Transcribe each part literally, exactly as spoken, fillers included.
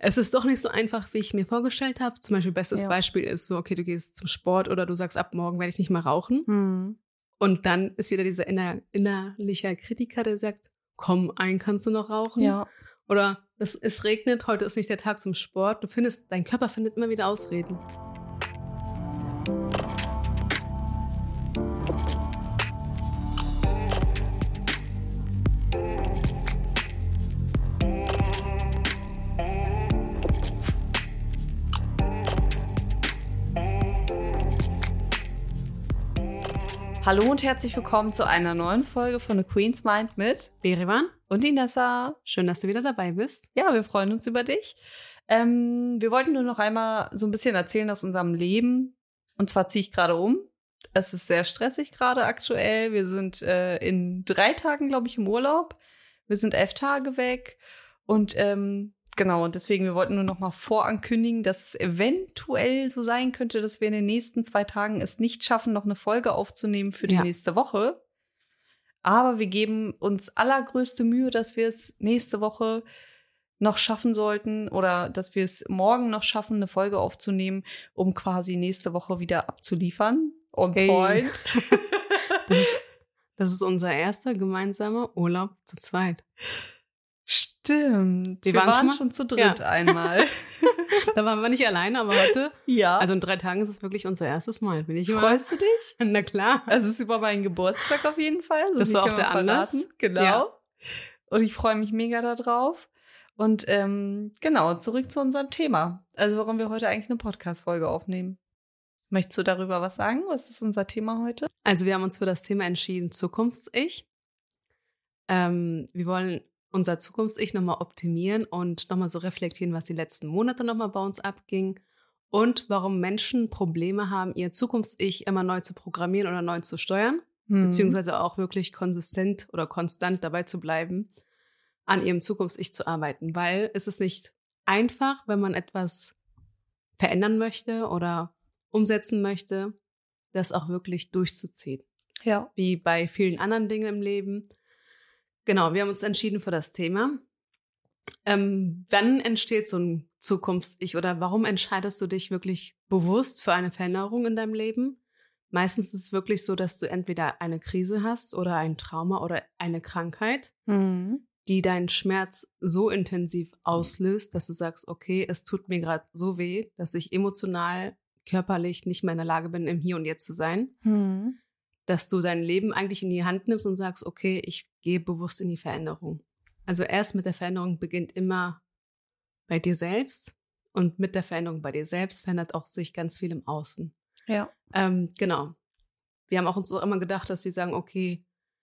es ist doch nicht so einfach, wie ich mir vorgestellt habe. Zum Beispiel, bestes Ja. Beispiel ist so, okay, du gehst zum Sport oder du sagst, ab morgen werde ich nicht mehr rauchen. Hm. Und dann ist wieder dieser inner, innerliche Kritiker, der sagt, komm, einen kannst du noch rauchen. Ja. Oder es, es regnet, heute ist nicht der Tag zum Sport. Du findest, dein Körper findet immer wieder Ausreden. Hallo und herzlich willkommen zu einer neuen Folge von The Queen's Mind mit Berivan und Inessa. Schön, dass du wieder dabei bist. Ja, wir freuen uns über dich. Ähm, wir wollten nur noch einmal so ein bisschen erzählen aus unserem Leben. Und zwar ziehe ich gerade um. Es ist sehr stressig gerade aktuell. Wir sind äh, in drei Tagen, glaube ich, im Urlaub. Wir sind elf Tage weg. Und ähm, genau, und deswegen, wir wollten nur noch mal vorankündigen, dass es eventuell so sein könnte, dass wir in den nächsten zwei Tagen es nicht schaffen, noch eine Folge aufzunehmen für die Ja. nächste Woche. Aber wir geben uns allergrößte Mühe, dass wir es nächste Woche noch schaffen sollten oder dass wir es morgen noch schaffen, eine Folge aufzunehmen, um quasi nächste Woche wieder abzuliefern. On Hey. point. Das ist, das ist unser erster gemeinsamer Urlaub zu zweit. Stimmt. Wir Wir, waren waren, schon mal- schon zu dritt Ja. einmal. Da waren wir nicht alleine, aber heute, Ja. also in drei Tagen ist es wirklich unser erstes Mal. Bin ich immer? Freust du dich? Na klar. Es ist über meinen Geburtstag auf jeden Fall. So Das viel war auch können wir der Anlass. verraten. Genau. Ja. Und ich freue mich mega darauf. Und ähm, genau, zurück zu unserem Thema. Also warum wir heute eigentlich eine Podcast-Folge aufnehmen. Möchtest du darüber was sagen? Was ist unser Thema heute? Also wir haben uns für das Thema entschieden, Zukunfts-Ich. Ähm, wir wollen unser Zukunfts-Ich nochmal optimieren und nochmal so reflektieren, was die letzten Monate nochmal bei uns abging und warum Menschen Probleme haben, ihr Zukunfts-Ich immer neu zu programmieren oder neu zu steuern, Hm. beziehungsweise auch wirklich konsistent oder konstant dabei zu bleiben, an ihrem Zukunfts-Ich zu arbeiten, weil es ist nicht einfach, wenn man etwas verändern möchte oder umsetzen möchte, das auch wirklich durchzuziehen. Ja. Wie bei vielen anderen Dingen im Leben. Genau, wir haben uns entschieden für das Thema. Ähm, wann entsteht so ein Zukunfts-Ich oder warum entscheidest du dich wirklich bewusst für eine Veränderung in deinem Leben? Meistens ist es wirklich so, dass du entweder eine Krise hast oder ein Trauma oder eine Krankheit, Hm. die deinen Schmerz so intensiv auslöst, dass du sagst, okay, es tut mir gerade so weh, dass ich emotional, körperlich nicht mehr in der Lage bin, im Hier und Jetzt zu sein. Hm. Dass du dein Leben eigentlich in die Hand nimmst und sagst, okay, ich gehe bewusst in die Veränderung. Also erst mit der Veränderung beginnt immer bei dir selbst und mit der Veränderung bei dir selbst verändert auch sich ganz viel im Außen. Ja. Ähm, genau. Wir haben auch uns auch immer gedacht, dass wir sagen, okay,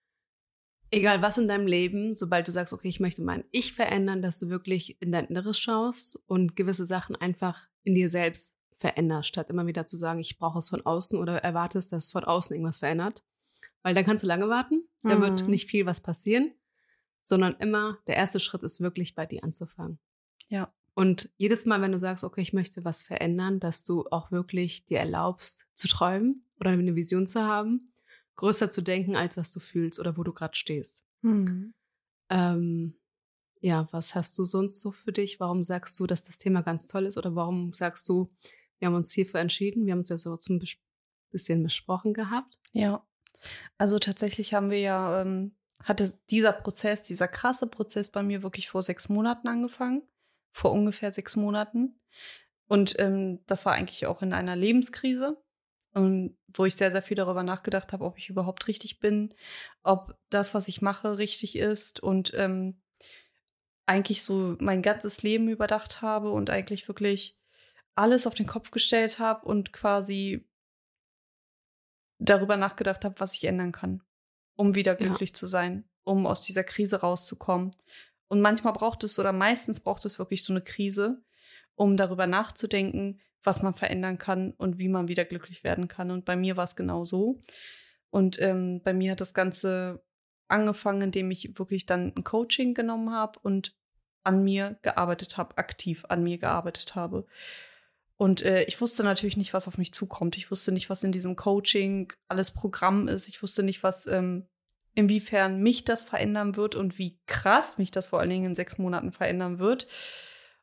egal was in deinem Leben, sobald du sagst, okay, ich möchte mein Ich verändern, dass du wirklich in dein Inneres schaust und gewisse Sachen einfach in dir selbst veränderst, statt immer wieder zu sagen, ich brauche es von außen oder erwartest, dass es von außen irgendwas verändert. Weil dann kannst du lange warten, da Mhm. wird nicht viel was passieren, sondern immer der erste Schritt ist wirklich bei dir anzufangen. Ja. Und jedes Mal, wenn du sagst, okay, ich möchte was verändern, dass du auch wirklich dir erlaubst zu träumen oder eine Vision zu haben, größer zu denken, als was du fühlst oder wo du gerade stehst. Hm. Ähm, ja, was hast du sonst so für dich? Warum sagst du, dass das Thema ganz toll ist? Oder warum sagst du, wir haben uns hierfür entschieden? Wir haben uns ja so zum Bes- bisschen besprochen gehabt. Ja. Also tatsächlich haben wir ja, ähm, hatte dieser Prozess, dieser krasse Prozess bei mir wirklich vor sechs Monaten angefangen. Vor ungefähr sechs Monaten. Und ähm, das war eigentlich auch in einer Lebenskrise, ähm, wo ich sehr, sehr viel darüber nachgedacht habe, ob ich überhaupt richtig bin, ob das, was ich mache, richtig ist und ähm, eigentlich so mein ganzes Leben überdacht habe und eigentlich wirklich alles auf den Kopf gestellt habe und quasi darüber nachgedacht habe, was ich ändern kann, um wieder Ja. glücklich zu sein, um aus dieser Krise rauszukommen. Und manchmal braucht es oder meistens braucht es wirklich so eine Krise, um darüber nachzudenken, was man verändern kann und wie man wieder glücklich werden kann. Und bei mir war es genau so. Und ähm, bei mir hat das Ganze angefangen, indem ich wirklich dann ein Coaching genommen habe und an mir gearbeitet habe, aktiv an mir gearbeitet habe. Und äh, ich wusste natürlich nicht, was auf mich zukommt. Ich wusste nicht, was in diesem Coaching alles Programm ist. Ich wusste nicht, was ähm, inwiefern mich das verändern wird und wie krass mich das vor allen Dingen in sechs Monaten verändern wird.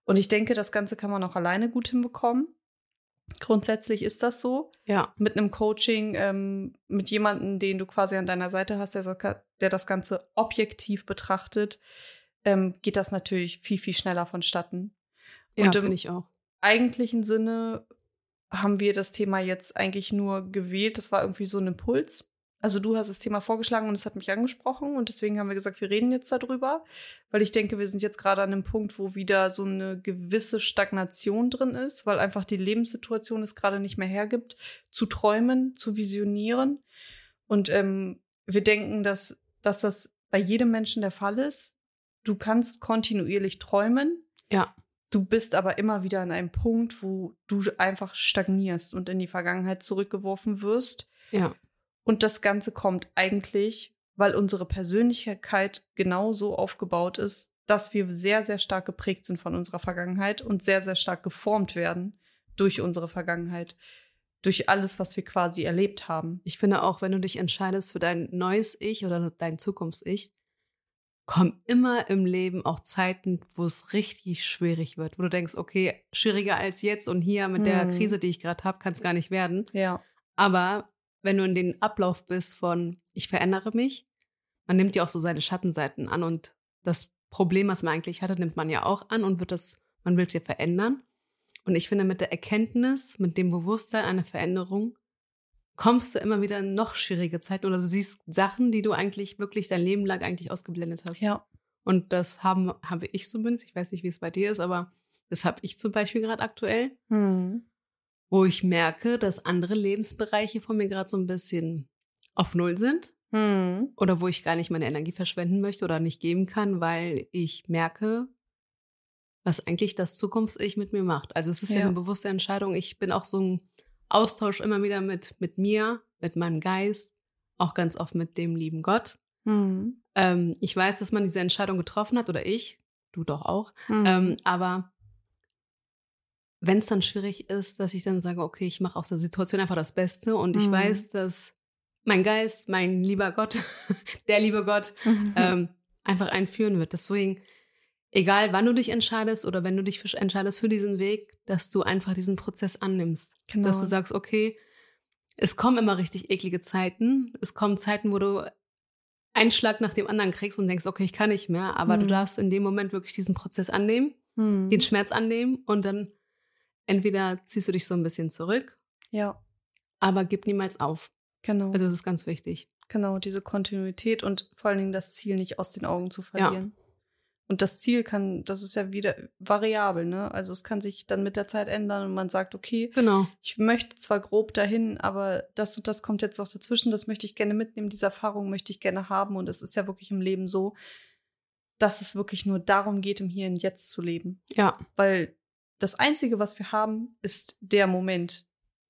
Und ich denke, das Ganze kann man auch alleine gut hinbekommen. Grundsätzlich ist das so. Ja. Mit einem Coaching, ähm, mit jemandem, den du quasi an deiner Seite hast, der, der das Ganze objektiv betrachtet, ähm, geht das natürlich viel, viel schneller vonstatten. Ja, Und im finde ich auch. eigentlichen Sinne haben wir das Thema jetzt eigentlich nur gewählt. Das war irgendwie so ein Impuls. Also du hast das Thema vorgeschlagen und es hat mich angesprochen und deswegen haben wir gesagt, wir reden jetzt darüber, weil ich denke, wir sind jetzt gerade an einem Punkt, wo wieder so eine gewisse Stagnation drin ist, weil einfach die Lebenssituation es gerade nicht mehr hergibt, zu träumen, zu visionieren. Und ähm, wir denken, dass, dass das bei jedem Menschen der Fall ist. Du kannst kontinuierlich träumen. Ja. Du bist aber immer wieder an einem Punkt, wo du einfach stagnierst und in die Vergangenheit zurückgeworfen wirst. Ja. Und das Ganze kommt eigentlich, weil unsere Persönlichkeit genau so aufgebaut ist, dass wir sehr, sehr stark geprägt sind von unserer Vergangenheit und sehr, sehr stark geformt werden durch unsere Vergangenheit, durch alles, was wir quasi erlebt haben. Ich finde auch, wenn du dich entscheidest für dein neues Ich oder dein Zukunfts-Ich, kommen immer im Leben auch Zeiten, wo es richtig schwierig wird, wo du denkst, okay, schwieriger als jetzt und hier mit der Hm. Krise, die ich gerade habe, kann es gar nicht werden. Ja. Aber wenn du in den Ablauf bist von, ich verändere mich, man nimmt ja auch so seine Schattenseiten an und das Problem, was man eigentlich hatte, nimmt man ja auch an und wird das, man will es ja verändern. Und ich finde, mit der Erkenntnis, mit dem Bewusstsein einer Veränderung, kommst du immer wieder in noch schwierige Zeiten oder du siehst Sachen, die du eigentlich wirklich dein Leben lang eigentlich ausgeblendet hast. Ja. Und das haben, habe ich zumindest, ich weiß nicht, wie es bei dir ist, aber das habe ich zum Beispiel gerade aktuell, Hm. wo ich merke, dass andere Lebensbereiche von mir gerade so ein bisschen auf Null sind Hm. oder wo ich gar nicht meine Energie verschwenden möchte oder nicht geben kann, weil ich merke, was eigentlich das Zukunfts-Ich mit mir macht. Also es ist ja, Ja. eine bewusste Entscheidung. Ich bin auch so ein Austausch immer wieder mit, mit mir, mit meinem Geist, auch ganz oft mit dem lieben Gott. Hm. Ähm, ich weiß, dass man diese Entscheidung getroffen hat oder ich, du doch auch, Hm. ähm, aber wenn es dann schwierig ist, dass ich dann sage, okay, ich mache aus der Situation einfach das Beste und ich Mhm. weiß, dass mein Geist, mein lieber Gott, der liebe Gott, ähm, einfach einen führen wird. Deswegen, egal wann du dich entscheidest oder wenn du dich für, entscheidest für diesen Weg, dass du einfach diesen Prozess annimmst. Genau. Dass du sagst, okay, es kommen immer richtig eklige Zeiten. Es kommen Zeiten, wo du einen Schlag nach dem anderen kriegst und denkst, okay, ich kann nicht mehr. Aber Mhm. du darfst in dem Moment wirklich diesen Prozess annehmen, Hm. den Schmerz annehmen und dann entweder ziehst du dich so ein bisschen zurück, Ja, aber gib niemals auf. genau. Also das ist ganz wichtig. Genau, diese Kontinuität und vor allen Dingen das Ziel nicht aus den Augen zu verlieren. Und das Ziel kann, das ist ja wieder variabel, ne? Also es kann sich dann mit der Zeit ändern und man sagt, okay, Genau. ich möchte zwar grob dahin, aber das und das kommt jetzt noch dazwischen, das möchte ich gerne mitnehmen, diese Erfahrung möchte ich gerne haben. Und es ist ja wirklich im Leben so, dass es wirklich nur darum geht, im Hier und Jetzt zu leben. Ja, Weil das Einzige, was wir haben, ist der Moment.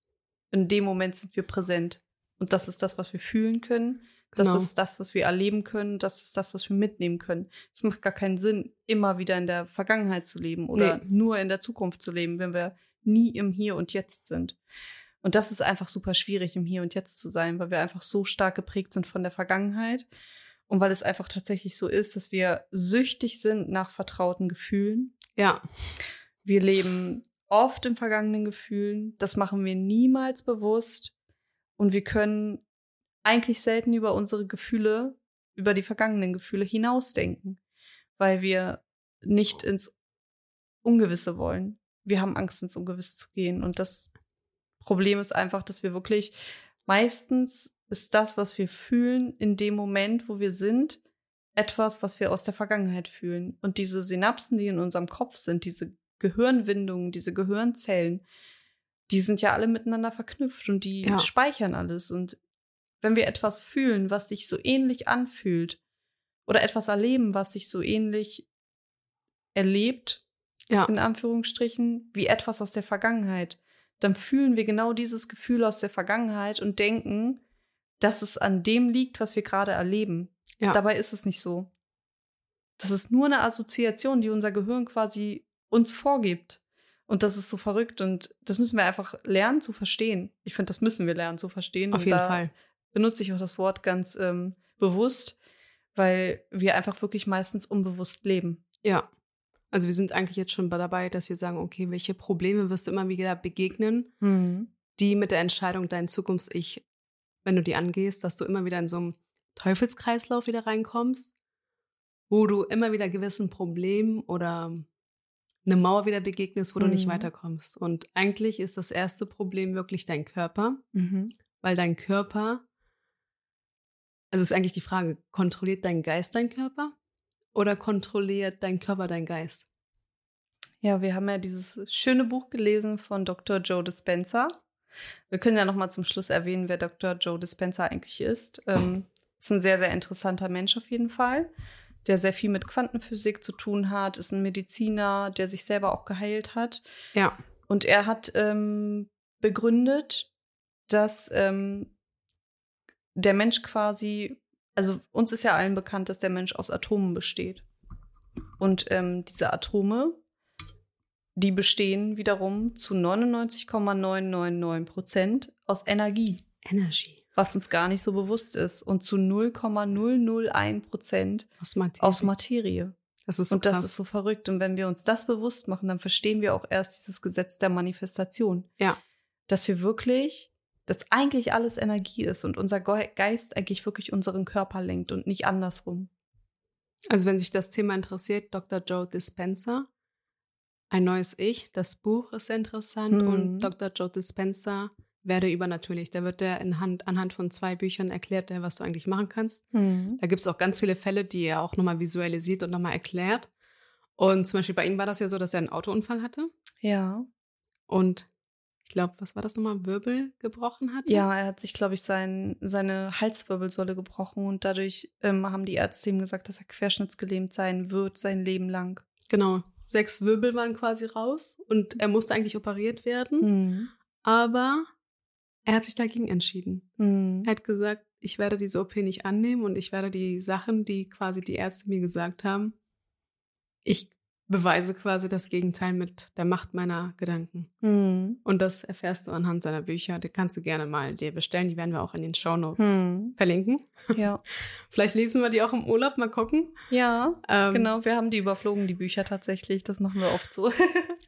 In dem Moment sind wir präsent. Und das ist das, was wir fühlen können. Das genau. ist das, was wir erleben können. Das ist das, was wir mitnehmen können. Es macht gar keinen Sinn, immer wieder in der Vergangenheit zu leben oder Nee. nur in der Zukunft zu leben, wenn wir nie im Hier und Jetzt sind. Und das ist einfach super schwierig, im Hier und Jetzt zu sein, weil wir einfach so stark geprägt sind von der Vergangenheit. Und weil es einfach tatsächlich so ist, dass wir süchtig sind nach vertrauten Gefühlen. Ja, Wir leben oft in vergangenen Gefühlen. Das machen wir niemals bewusst. Und wir können eigentlich selten über unsere Gefühle, über die vergangenen Gefühle hinausdenken, weil wir nicht ins Ungewisse wollen. Wir haben Angst, ins Ungewisse zu gehen. Und das Problem ist einfach, dass wir wirklich meistens ist das, was wir fühlen, in dem Moment, wo wir sind, etwas, was wir aus der Vergangenheit fühlen. Und diese Synapsen, die in unserem Kopf sind, diese Gehirnwindungen, diese Gehirnzellen, die sind ja alle miteinander verknüpft und die Ja. speichern alles. Und wenn wir etwas fühlen, was sich so ähnlich anfühlt oder etwas erleben, was sich so ähnlich erlebt, ja, in Anführungsstrichen, wie etwas aus der Vergangenheit, dann fühlen wir genau dieses Gefühl aus der Vergangenheit und denken, dass es an dem liegt, was wir gerade erleben. ja. Dabei ist es nicht so. Das ist nur eine Assoziation, die unser Gehirn quasi uns vorgibt. Und das ist so verrückt und das müssen wir einfach lernen zu verstehen. Ich finde, das müssen wir lernen zu verstehen. Auf und jeden da Fall. benutze ich auch das Wort ganz ähm, bewusst, weil wir einfach wirklich meistens unbewusst leben. Ja. Also wir sind eigentlich jetzt schon dabei, dass wir sagen, okay, welche Probleme wirst du immer wieder begegnen, Mhm. die mit der Entscheidung dein Zukunfts-Ich, wenn du die angehst, dass du immer wieder in so einem Teufelskreislauf wieder reinkommst, wo du immer wieder gewissen Problemen oder eine Mauer wieder begegnest, wo du nicht Mhm. weiterkommst. Und eigentlich ist das erste Problem wirklich dein Körper, Mhm. weil dein Körper, also ist eigentlich die Frage, kontrolliert dein Geist deinen Körper oder kontrolliert dein Körper deinen Geist? Ja, wir haben ja dieses schöne Buch gelesen von Doktor Joe Dispenza. Wir können ja noch mal zum Schluss erwähnen, wer Doktor Joe Dispenza eigentlich ist. Ähm, ist ein sehr, sehr interessanter Mensch auf jeden Fall, der sehr viel mit Quantenphysik zu tun hat, ist ein Mediziner, der sich selber auch geheilt hat. Ja. Und er hat ähm, begründet, dass ähm, der Mensch quasi, also uns ist ja allen bekannt, dass der Mensch aus Atomen besteht. Und ähm, diese Atome, die bestehen wiederum zu neunundneunzig Komma neun neun neun Prozent aus Energie, Energy. was uns gar nicht so bewusst ist, und zu null Komma null null eins Prozent Aus Materie. aus Materie. Das ist so Und das krass. ist so verrückt. Und wenn wir uns das bewusst machen, dann verstehen wir auch erst dieses Gesetz der Manifestation. Ja. Dass wir wirklich, dass eigentlich alles Energie ist und unser Ge- Geist eigentlich wirklich unseren Körper lenkt und nicht andersrum. Also wenn sich das Thema interessiert, Doktor Joe Dispenza, Ein neues Ich, das Buch ist sehr interessant, Mhm. und Doktor Joe Dispenza, Werde übernatürlich. Da wird der in Hand, anhand von zwei Büchern erklärt, der, was du eigentlich machen kannst. Mhm. Da gibt es auch ganz viele Fälle, die er auch nochmal visualisiert und nochmal erklärt. Und zum Beispiel bei ihm war das ja so, dass er einen Autounfall hatte Ja. und ich glaube, was war das nochmal, Wirbel gebrochen hatte? Ja, er hat sich, glaube ich, sein, seine Halswirbelsäule gebrochen und dadurch ähm, haben die Ärzte ihm gesagt, dass er querschnittsgelähmt sein wird, sein Leben lang. Genau. Sechs Wirbel waren quasi raus und er musste eigentlich operiert werden, Mhm. aber er hat sich dagegen entschieden. Mhm. Er hat gesagt, ich werde diese O P nicht annehmen und ich werde die Sachen, die quasi die Ärzte mir gesagt haben, ich beweise quasi das Gegenteil mit der Macht meiner Gedanken. Mhm. Und das erfährst du anhand seiner Bücher. Die kannst du gerne mal dir bestellen. Die werden wir auch in den Shownotes Mhm. verlinken. Ja. Vielleicht lesen wir die auch im Urlaub, mal gucken. Ja, Ähm, genau. Wir haben die überflogen, die Bücher tatsächlich. Das machen wir oft so.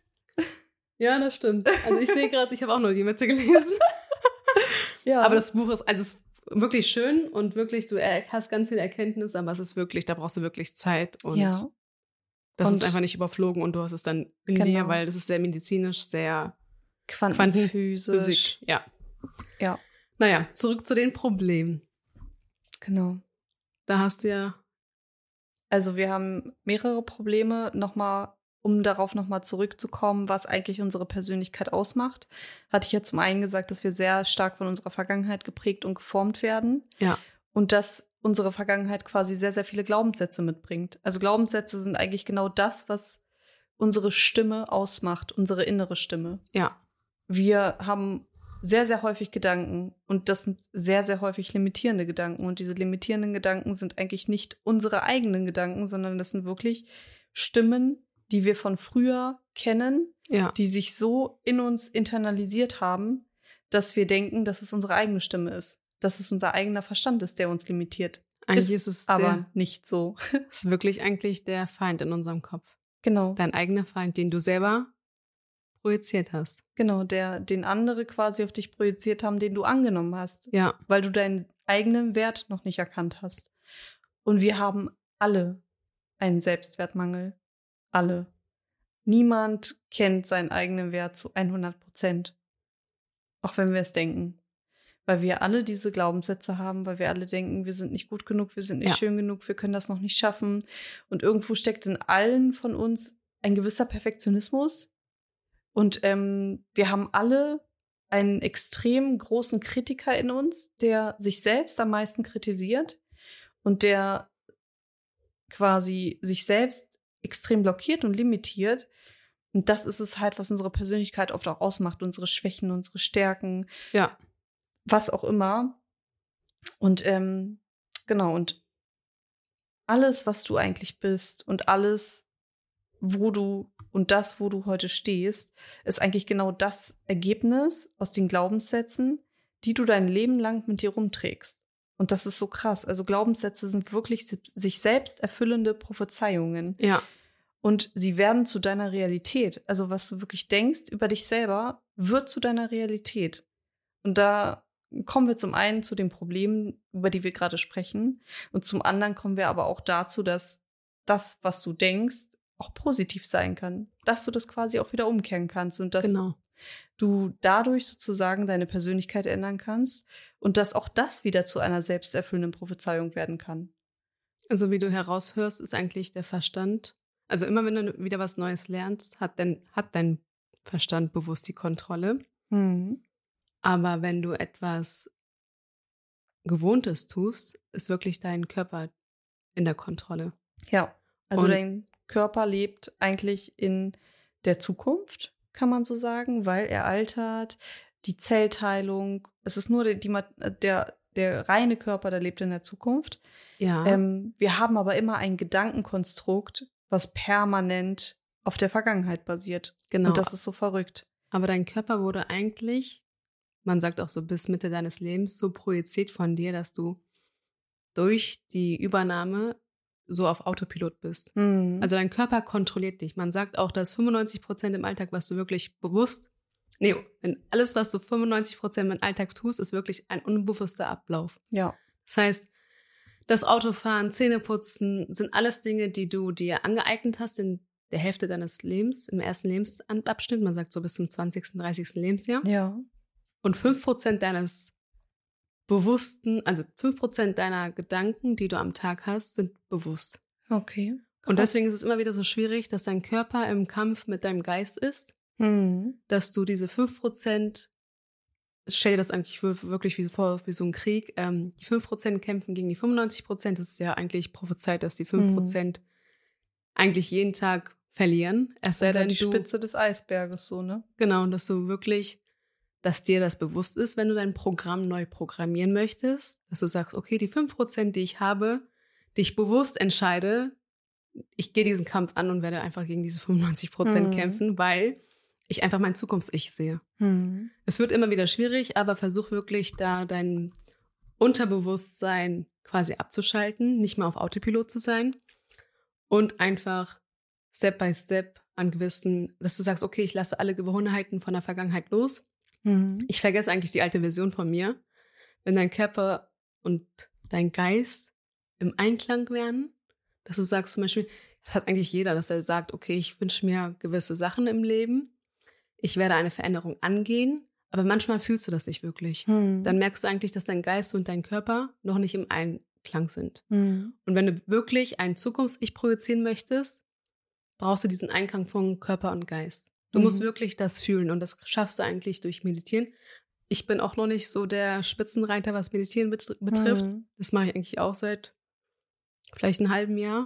Ja, das stimmt. Also ich sehe gerade, ich habe auch nur die Mitte gelesen. Ja. Aber das Buch ist, also es ist wirklich schön und wirklich, du er- hast ganz viele Erkenntnisse, aber es ist wirklich, da brauchst du wirklich Zeit und ja. das Und- ist einfach nicht überflogen und du hast es dann in Genau. dir, weil das ist sehr medizinisch, sehr Quantenphysisch. Physik. Ja. Ja, Naja, zurück zu den Problemen. genau. Da hast du ja, Also wir haben mehrere Probleme. Nochmal, um darauf nochmal zurückzukommen, was eigentlich unsere Persönlichkeit ausmacht, hatte ich ja zum einen gesagt, dass wir sehr stark von unserer Vergangenheit geprägt und geformt werden. ja, Und dass unsere Vergangenheit quasi sehr, sehr viele Glaubenssätze mitbringt. Also Glaubenssätze sind eigentlich genau das, was unsere Stimme ausmacht, unsere innere Stimme. ja, Wir haben sehr, sehr häufig Gedanken und das sind sehr, sehr häufig limitierende Gedanken. Und diese limitierenden Gedanken sind eigentlich nicht unsere eigenen Gedanken, sondern das sind wirklich Stimmen, die wir von früher kennen, ja. die sich so in uns internalisiert haben, dass wir denken, dass es unsere eigene Stimme ist. Dass es unser eigener Verstand ist, der uns limitiert. Eigentlich ist es aber der, nicht so. ist wirklich eigentlich der Feind in unserem Kopf. Genau. Dein eigener Feind, den du selber projiziert hast. Genau, der, den andere quasi auf dich projiziert haben, den du angenommen hast. Ja, Weil du deinen eigenen Wert noch nicht erkannt hast. Und wir haben alle einen Selbstwertmangel. Alle. Niemand kennt seinen eigenen Wert zu hundert Prozent. Auch wenn wir es denken. Weil wir alle diese Glaubenssätze haben, weil wir alle denken, wir sind nicht gut genug, wir sind nicht Ja. schön genug, wir können das noch nicht schaffen. Und irgendwo steckt in allen von uns ein gewisser Perfektionismus. Und ähm, wir haben alle einen extrem großen Kritiker in uns, der sich selbst am meisten kritisiert und der quasi sich selbst extrem blockiert und limitiert. Und das ist es halt, was unsere Persönlichkeit oft auch ausmacht, unsere Schwächen, unsere Stärken, ja, was auch immer. Und ähm, genau, und alles, was du eigentlich bist und alles, wo du und das, wo du heute stehst, ist eigentlich genau das Ergebnis aus den Glaubenssätzen, die du dein Leben lang mit dir rumträgst. Und das ist so krass. Also Glaubenssätze sind wirklich sich selbst erfüllende Prophezeiungen. ja. Und sie werden zu deiner Realität. Also was du wirklich denkst über dich selber, wird zu deiner Realität. Und da kommen wir zum einen zu den Problemen, über die wir gerade sprechen. Und zum anderen kommen wir aber auch dazu, dass das, was du denkst, auch positiv sein kann. Dass du das quasi auch wieder umkehren kannst. Und dass Genau. du dadurch sozusagen deine Persönlichkeit ändern kannst. Und dass auch das wieder zu einer selbsterfüllenden Prophezeiung werden kann. Also wie du heraushörst, ist eigentlich der Verstand. Also immer wenn du wieder was Neues lernst, hat dein, hat dein Verstand bewusst die Kontrolle. Mhm. Aber wenn du etwas Gewohntes tust, ist wirklich dein Körper in der Kontrolle. Ja, also Und- dein Körper lebt eigentlich in der Zukunft, kann man so sagen, weil er altert, die Zellteilung, es ist nur der, die, Ma- der, der reine Körper, der lebt in der Zukunft. Ja, Ähm, wir haben aber immer ein Gedankenkonstrukt, was permanent auf der Vergangenheit basiert. genau. Und das ist so verrückt. Aber dein Körper wurde eigentlich, man sagt auch so bis Mitte deines Lebens, so projiziert von dir, dass du durch die Übernahme so auf Autopilot bist. Mhm. Also dein Körper kontrolliert dich. Man sagt auch, dass fünfundneunzig Prozent im Alltag, was du wirklich bewusst, nee, wenn alles, was du fünfundneunzig Prozent im Alltag tust, ist wirklich ein unbewusster Ablauf. Ja. Das heißt, das Autofahren, Zähneputzen sind alles Dinge, die du dir angeeignet hast in der Hälfte deines Lebens, im ersten Lebensabschnitt, man sagt so bis zum zwanzigsten, dreißigsten Lebensjahr. Ja. Und fünf Prozent deines bewussten, also fünf Prozent deiner Gedanken, die du am Tag hast, sind bewusst. Okay. Und Krass. deswegen ist es immer wieder so schwierig, dass dein Körper im Kampf mit deinem Geist ist, Mhm. dass du diese fünf Prozent, stell dir das eigentlich wirklich wie vor, wie so ein Krieg, ähm, die fünf Prozent kämpfen gegen die fünfundneunzig Prozent. Das ist ja eigentlich prophezeit, dass die fünf Prozent mhm. eigentlich jeden Tag verlieren. Es sei Oder denn, die du, Spitze des Eisberges, so, ne? genau, dass du wirklich, dass dir das bewusst ist, wenn du dein Programm neu programmieren möchtest, dass du sagst, okay, die fünf Prozent, die ich habe, die ich bewusst entscheide, ich gehe diesen Kampf an und werde einfach gegen diese fünfundneunzig Prozent Mhm. kämpfen, weil ich einfach mein Zukunfts-Ich sehe. Mhm. Es wird immer wieder schwierig, aber versuch wirklich da dein Unterbewusstsein quasi abzuschalten, nicht mehr auf Autopilot zu sein und einfach Step by Step an gewissen, dass du sagst, okay, ich lasse alle Gewohnheiten von der Vergangenheit los. Mhm. Ich vergesse eigentlich die alte Version von mir. Wenn dein Körper und dein Geist im Einklang wären, dass du sagst zum Beispiel, das hat eigentlich jeder, dass er sagt, okay, ich wünsche mir gewisse Sachen im Leben, ich werde eine Veränderung angehen, aber manchmal fühlst du das nicht wirklich. Mhm. Dann merkst du eigentlich, dass dein Geist und dein Körper noch nicht im Einklang sind. Mhm. Und wenn du wirklich ein Zukunfts-Ich projizieren möchtest, brauchst du diesen Einklang von Körper und Geist. Du Mhm. musst wirklich das fühlen und das schaffst du eigentlich durch Meditieren. Ich bin auch noch nicht so der Spitzenreiter, was Meditieren betr- betrifft. Mhm. Das mache ich eigentlich auch seit vielleicht einem halben Jahr.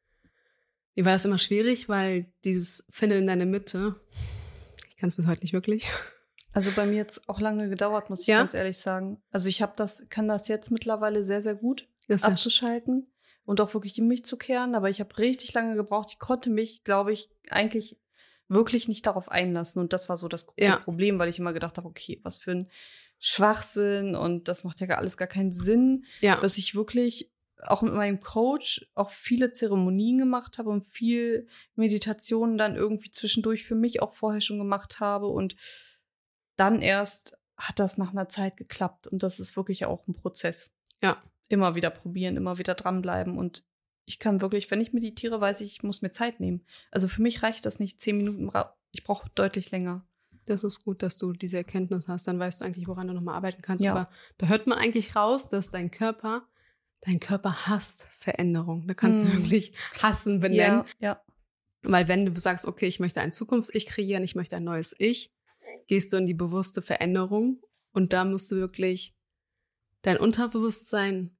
Mir war das immer schwierig, weil dieses Finden in deine Mitte, ich kann es bis heute nicht wirklich. Also bei mir hat es auch lange gedauert, muss ich Ja? ganz ehrlich sagen. Also ich habe das, kann das jetzt mittlerweile sehr, sehr gut Das ist ja abzuschalten und auch wirklich in mich zu kehren. Aber ich habe richtig lange gebraucht. Ich konnte mich, glaube ich, eigentlich wirklich nicht darauf einlassen. Und das war so das große Ja. Problem, weil ich immer gedacht habe, okay, was für ein Schwachsinn und das macht ja gar alles gar keinen Sinn. ja. Dass ich wirklich auch mit meinem Coach auch viele Zeremonien gemacht habe und viel Meditationen dann irgendwie zwischendurch für mich auch vorher schon gemacht habe. Und dann erst hat das nach einer Zeit geklappt. Und das ist wirklich auch ein Prozess. Ja. Immer wieder probieren, immer wieder dranbleiben. Und ich kann wirklich, wenn ich meditiere, weiß ich, ich muss mir Zeit nehmen. Also für mich reicht das nicht zehn Minuten. ra- Ich brauche deutlich länger. Das ist gut, dass du diese Erkenntnis hast. Dann weißt du eigentlich, woran du nochmal arbeiten kannst. Ja. Aber da hört man eigentlich raus, dass dein Körper, dein Körper hasst Veränderung. Da kannst Hm. du wirklich hassen benennen. Ja, ja. Weil wenn du sagst, okay, ich möchte ein Zukunfts-Ich kreieren, ich möchte ein neues Ich, gehst du in die bewusste Veränderung und da musst du wirklich dein Unterbewusstsein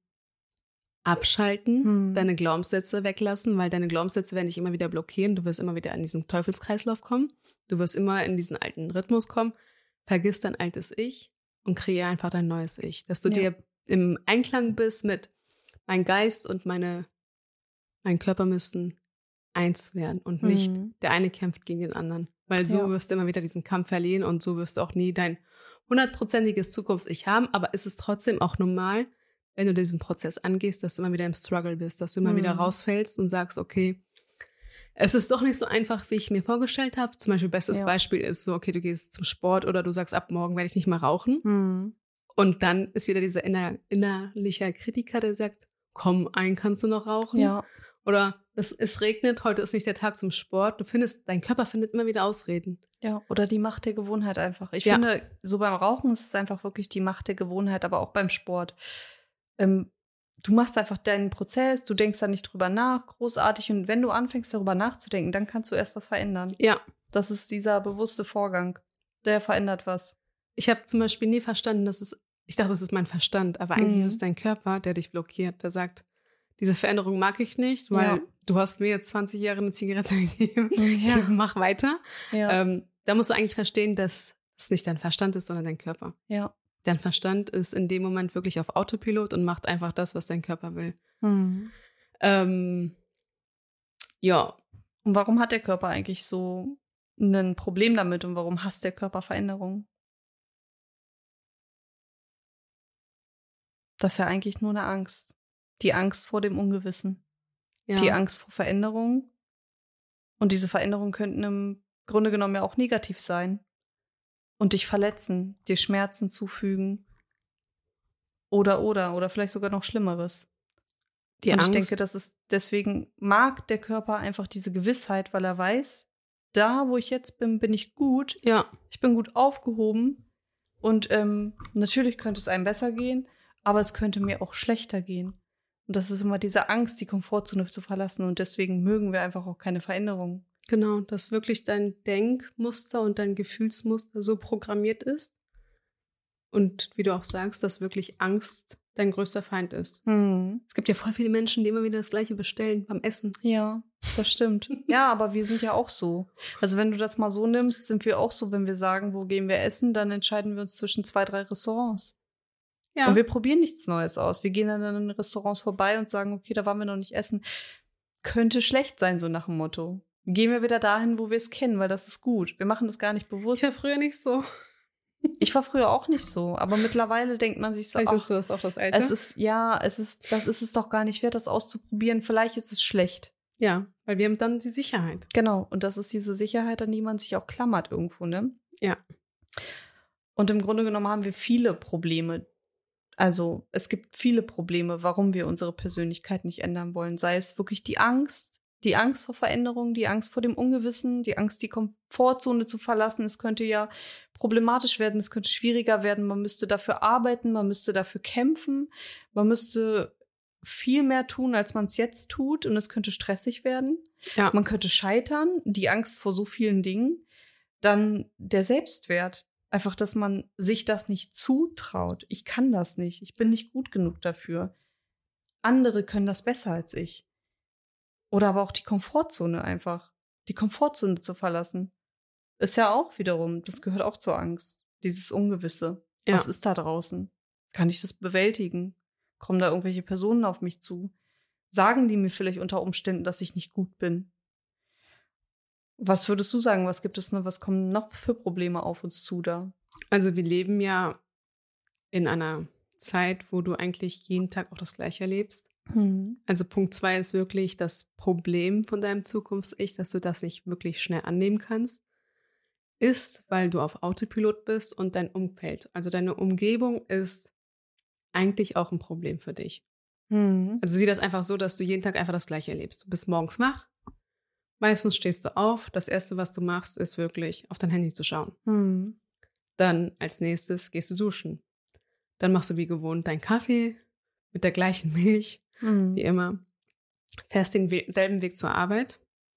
abschalten, Hm. deine Glaubenssätze weglassen, weil deine Glaubenssätze werden dich immer wieder blockieren. Du wirst immer wieder in diesen Teufelskreislauf kommen. Du wirst immer in diesen alten Rhythmus kommen. Vergiss dein altes Ich und kreiere einfach dein neues Ich. Dass du Ja. dir im Einklang bist mit mein Geist und meine, mein Körper müssten eins werden und nicht Hm. der eine kämpft gegen den anderen. Weil so Ja. wirst du immer wieder diesen Kampf verlieren und so wirst du auch nie dein hundertprozentiges Zukunfts-Ich haben. Aber es ist trotzdem auch normal, wenn du diesen Prozess angehst, dass du immer wieder im Struggle bist, dass du immer Mhm. wieder rausfällst und sagst, okay, es ist doch nicht so einfach, wie ich mir vorgestellt habe. Zum Beispiel, bestes Ja. Beispiel ist so, okay, du gehst zum Sport oder du sagst, ab morgen werde ich nicht mehr rauchen. Hm. Und dann ist wieder dieser inner, innerliche Kritiker, der sagt, komm, einen kannst du noch rauchen. Ja. Oder es, es regnet, heute ist nicht der Tag zum Sport. Du findest, dein Körper findet immer wieder Ausreden. Ja, oder die Macht der Gewohnheit einfach. Ich Ja. finde, so beim Rauchen ist es einfach wirklich die Macht der Gewohnheit, aber auch beim Sport. Ähm, du machst einfach deinen Prozess, du denkst da nicht drüber nach, großartig. Und wenn du anfängst, darüber nachzudenken, dann kannst du erst was verändern. Ja. Das ist dieser bewusste Vorgang. Der verändert was. Ich habe zum Beispiel nie verstanden, dass es, ich dachte, das ist mein Verstand, aber eigentlich Mhm. ist es dein Körper, der dich blockiert, der sagt, diese Veränderung mag ich nicht, weil Ja. du hast mir jetzt zwanzig Jahre eine Zigarette gegeben. Ja. Mach weiter. Ja. Ähm, da musst du eigentlich verstehen, dass es nicht dein Verstand ist, sondern dein Körper. ja. Dein Verstand ist in dem Moment wirklich auf Autopilot und macht einfach das, was dein Körper will. Mhm. Ähm, ja, Und warum hat der Körper eigentlich so ein Problem damit und warum hasst der Körper Veränderungen? Das ist ja eigentlich nur eine Angst. Die Angst vor dem Ungewissen. ja. Die Angst vor Veränderungen. Und diese Veränderungen könnten im Grunde genommen ja auch negativ sein. Und dich verletzen, dir Schmerzen zufügen. Oder, oder, oder vielleicht sogar noch Schlimmeres. Die Und Angst, ich denke, das ist, deswegen mag der Körper einfach diese Gewissheit, weil er weiß, da, wo ich jetzt bin, bin ich gut. ja, Ich bin gut aufgehoben. Und ähm, natürlich könnte es einem besser gehen, aber es könnte mir auch schlechter gehen. Und das ist immer diese Angst, die Komfortzone zu verlassen. Und deswegen mögen wir einfach auch keine Veränderungen. genau, dass wirklich dein Denkmuster und dein Gefühlsmuster so programmiert ist. Und wie du auch sagst, dass wirklich Angst dein größter Feind ist. Hm. Es gibt ja voll viele Menschen, die immer wieder das Gleiche bestellen beim Essen. Ja, das stimmt. Ja, aber wir sind ja auch so. Also wenn du das mal so nimmst, sind wir auch so, wenn wir sagen, wo gehen wir essen, dann entscheiden wir uns zwischen zwei, drei Restaurants. Ja, Und wir probieren nichts Neues aus. Wir gehen dann an den Restaurants vorbei und sagen, okay, da waren wir noch nicht essen. Könnte schlecht sein, so nach dem Motto. Gehen wir wieder dahin, wo wir es kennen, weil das ist gut. Wir machen das gar nicht bewusst. ich war früher nicht so. Ich war früher auch nicht so, aber mittlerweile denkt man sich so, Vielleicht ach, ist das auch das Alter. es ist, ja, es ist, das ist es doch gar nicht wert, das auszuprobieren. Vielleicht ist es schlecht. ja, weil wir haben dann die Sicherheit. Genau. Und das ist diese Sicherheit, an die man sich auch klammert irgendwo, ne? Ja. Und im Grunde genommen haben wir viele Probleme. Also es gibt viele Probleme, warum wir unsere Persönlichkeit nicht ändern wollen. Sei es wirklich die Angst, die Angst vor Veränderung, die Angst vor dem Ungewissen, die Angst, die Komfortzone zu verlassen. Es könnte ja problematisch werden, es könnte schwieriger werden. Man müsste dafür arbeiten, man müsste dafür kämpfen, man müsste viel mehr tun, als man es jetzt tut. Und es könnte stressig werden. Ja. Man könnte scheitern, die Angst vor so vielen Dingen. Dann der Selbstwert. Einfach, dass man sich das nicht zutraut. Ich kann das nicht. Ich bin nicht gut genug dafür. Andere können das besser als ich. Oder aber auch die Komfortzone einfach. Die Komfortzone zu verlassen. Ist ja auch wiederum, das gehört auch zur Angst. Dieses Ungewisse. Ja. Was ist da draußen? Kann ich das bewältigen? Kommen da irgendwelche Personen auf mich zu? Sagen die mir vielleicht unter Umständen, dass ich nicht gut bin? Was würdest du sagen? Was gibt es noch? Was kommen noch für Probleme auf uns zu da? Also wir leben ja in einer Zeit, wo du eigentlich jeden Tag auch das Gleiche erlebst. Hm. Also Punkt zwei ist wirklich das Problem von deinem Zukunfts-Ich, dass du das nicht wirklich schnell annehmen kannst, ist, weil du auf Autopilot bist und dein Umfeld, also deine Umgebung ist eigentlich auch ein Problem für dich. Hm. Also sieh das einfach so, dass du jeden Tag einfach das Gleiche erlebst. Du bist morgens wach, meistens stehst du auf, das Erste, was du machst, ist wirklich auf dein Handy zu schauen. Hm. Dann als nächstes gehst du duschen. Dann machst du wie gewohnt deinen Kaffee mit der gleichen Milch, Hm. wie immer. Fährst denselben Weg zur Arbeit.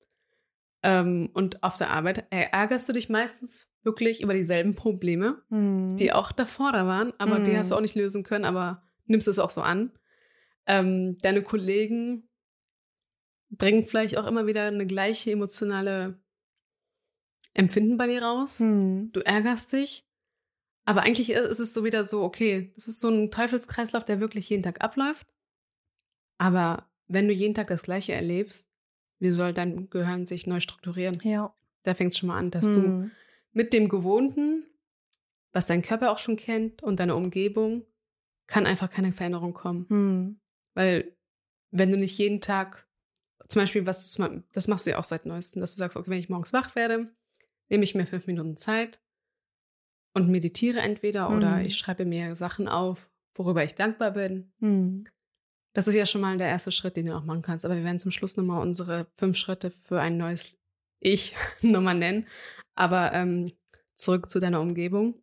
Ähm, und auf der Arbeit ärgerst du dich meistens wirklich über dieselben Probleme, Hm. die auch davor da waren, aber Mhm. die hast du auch nicht lösen können, aber nimmst es auch so an. Ähm, deine Kollegen bringen vielleicht auch immer wieder eine gleiche emotionale Empfinden bei dir raus. Hm. Du ärgerst dich, aber eigentlich ist es so wieder so, okay, das ist so ein Teufelskreislauf, der wirklich jeden Tag abläuft. Aber wenn du jeden Tag das Gleiche erlebst, wie soll dein Gehirn sich neu strukturieren? Ja. Da fängt es schon mal an, dass du Hm. mit dem Gewohnten, was dein Körper auch schon kennt und deine Umgebung, kann einfach keine Veränderung kommen. Hm. Weil wenn du nicht jeden Tag zum Beispiel, was du, das machst du ja auch seit Neuestem, dass du sagst, okay, wenn ich morgens wach werde, nehme ich mir fünf Minuten Zeit und meditiere entweder Mhm. oder ich schreibe mir Sachen auf, worüber ich dankbar bin. Mhm. Das ist ja schon mal der erste Schritt, den du auch machen kannst. Aber wir werden zum Schluss nochmal unsere fünf Schritte für ein neues Ich nochmal nennen. Aber ähm, zurück zu deiner Umgebung.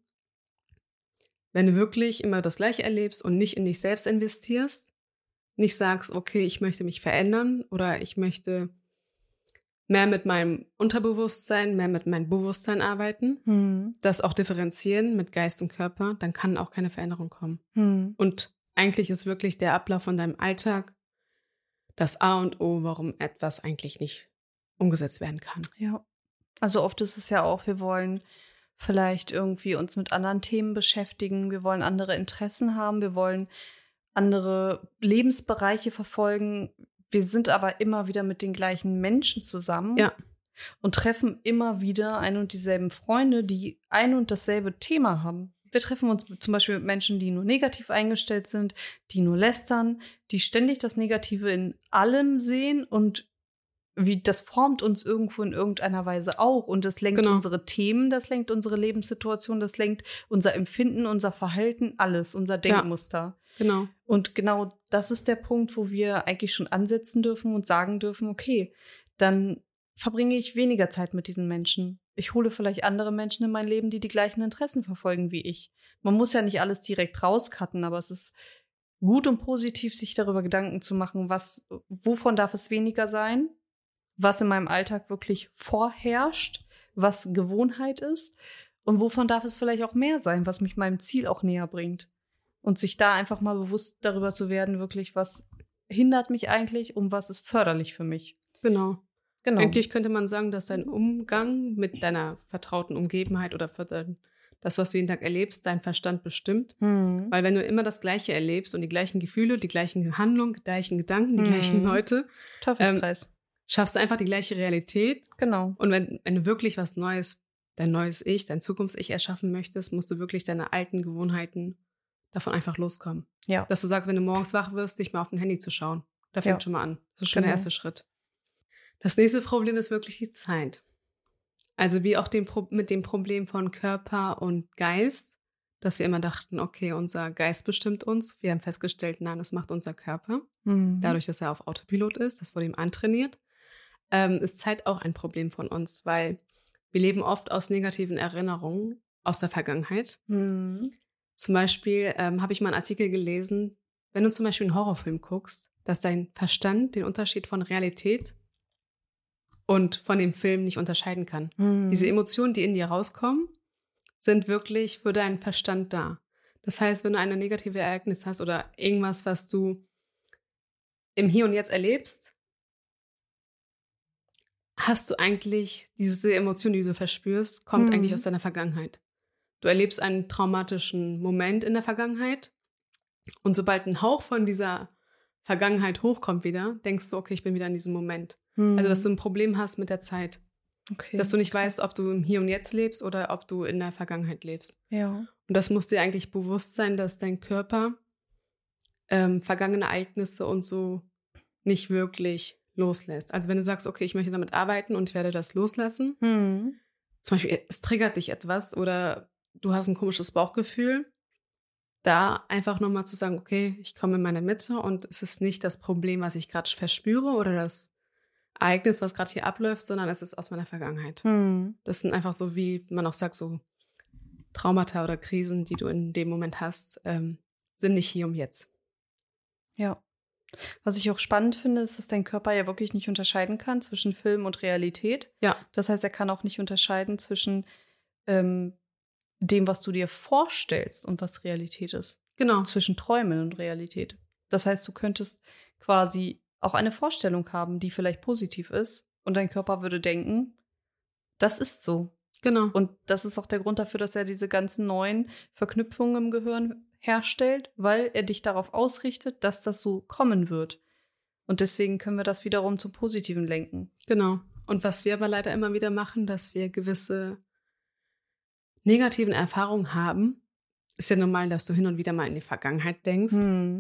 Wenn du wirklich immer das Gleiche erlebst und nicht in dich selbst investierst, nicht sagst, okay, ich möchte mich verändern oder ich möchte mehr mit meinem Unterbewusstsein, mehr mit meinem Bewusstsein arbeiten, Mhm. das auch differenzieren mit Geist und Körper, dann kann auch keine Veränderung kommen. Mhm. Und eigentlich ist wirklich der Ablauf von deinem Alltag das A und O, warum etwas eigentlich nicht umgesetzt werden kann. Ja. Also oft ist es ja auch, wir wollen vielleicht irgendwie uns mit anderen Themen beschäftigen, wir wollen andere Interessen haben, wir wollen andere Lebensbereiche verfolgen. Wir sind aber immer wieder mit den gleichen Menschen zusammen Ja. und treffen immer wieder ein und dieselben Freunde, die ein und dasselbe Thema haben. Wir treffen uns zum Beispiel mit Menschen, die nur negativ eingestellt sind, die nur lästern, die ständig das Negative in allem sehen und wie das formt uns irgendwo in irgendeiner Weise auch und das lenkt Genau. unsere Themen, das lenkt unsere Lebenssituation, das lenkt unser Empfinden, unser Verhalten, alles, unser Denkmuster. Genau. Und genau das ist der Punkt, wo wir eigentlich schon ansetzen dürfen und sagen dürfen, okay, dann verbringe ich weniger Zeit mit diesen Menschen. Ich hole vielleicht andere Menschen in mein Leben, die die gleichen Interessen verfolgen wie ich. Man muss ja nicht alles direkt rauscutten, aber es ist gut und positiv, sich darüber Gedanken zu machen, was, wovon darf es weniger sein, was in meinem Alltag wirklich vorherrscht, was Gewohnheit ist und wovon darf es vielleicht auch mehr sein, was mich meinem Ziel auch näher bringt. Und sich da einfach mal bewusst darüber zu werden, wirklich, was hindert mich eigentlich und was ist förderlich für mich. Genau. Genau. Eigentlich könnte man sagen, dass dein Umgang mit deiner vertrauten Umgebenheit oder für dein, das, was du jeden Tag erlebst, dein Verstand bestimmt. Hm. Weil wenn du immer das Gleiche erlebst und die gleichen Gefühle, die gleichen Handlungen, die gleichen Gedanken, die Hm. gleichen Leute, Teufelskreis. schaffst du einfach die gleiche Realität. Genau. Und wenn, wenn du wirklich was Neues, dein neues Ich, dein Zukunfts-Ich erschaffen möchtest, musst du wirklich deine alten Gewohnheiten davon einfach loskommen. Ja. Dass du sagst, wenn du morgens wach wirst, nicht mehr auf dein Handy zu schauen. Da fängt Ja. schon mal an. Das ist schon Genau. der erste Schritt. Das nächste Problem ist wirklich die Zeit. Also wie auch dem Pro- mit dem Problem von Körper und Geist, dass wir immer dachten, okay, unser Geist bestimmt uns. Wir haben festgestellt, nein, das macht unser Körper. Hm. Dadurch, dass er auf Autopilot ist, das wurde ihm antrainiert, ähm, ist Zeit auch ein Problem von uns, weil wir leben oft aus negativen Erinnerungen aus der Vergangenheit. Hm. Zum Beispiel ähm, habe ich mal einen Artikel gelesen, wenn du zum Beispiel einen Horrorfilm guckst, dass dein Verstand den Unterschied von Realität und von dem Film nicht unterscheiden kann. Hm. Diese Emotionen, die in dir rauskommen, sind wirklich für deinen Verstand da. Das heißt, wenn du eine negative Ereignis hast oder irgendwas, was du im Hier und Jetzt erlebst, hast du eigentlich diese Emotion, die du verspürst, kommt Hm. eigentlich aus deiner Vergangenheit. Du erlebst einen traumatischen Moment in der Vergangenheit und sobald ein Hauch von dieser Vergangenheit hochkommt wieder, denkst du, okay, ich bin wieder in diesem Moment. Hm. Also, dass du ein Problem hast mit der Zeit. Okay. Dass du nicht weißt, ob du im Hier und Jetzt lebst oder ob du in der Vergangenheit lebst. Ja. Und das muss dir eigentlich bewusst sein, dass dein Körper ähm, vergangene Ereignisse und so nicht wirklich loslässt. Also wenn du sagst, okay, ich möchte damit arbeiten und ich werde das loslassen, Hm. zum Beispiel, es triggert dich etwas oder du hast ein komisches Bauchgefühl, da einfach nochmal zu sagen, okay, ich komme in meine Mitte und es ist nicht das Problem, was ich gerade verspüre oder das Ereignis, was gerade hier abläuft, sondern es ist aus meiner Vergangenheit. Hm. Das sind einfach so, wie man auch sagt, so Traumata oder Krisen, die du in dem Moment hast, ähm, sind nicht hier und jetzt. Ja. Was ich auch spannend finde, ist, dass dein Körper ja wirklich nicht unterscheiden kann zwischen Film und Realität. Ja. Das heißt, er kann auch nicht unterscheiden zwischen ähm, dem, was du dir vorstellst und was Realität ist. Genau. Zwischen Träumen und Realität. Das heißt, du könntest quasi auch eine Vorstellung haben, die vielleicht positiv ist und dein Körper würde denken, das ist so. Genau. Und das ist auch der Grund dafür, dass er diese ganzen neuen Verknüpfungen im Gehirn herstellt, weil er dich darauf ausrichtet, dass das so kommen wird. Und deswegen können wir das wiederum zum Positiven lenken. Genau. Und was wir aber leider immer wieder machen, dass wir gewisse negativen Erfahrungen haben, ist ja normal, dass du hin und wieder mal in die Vergangenheit denkst. Hm.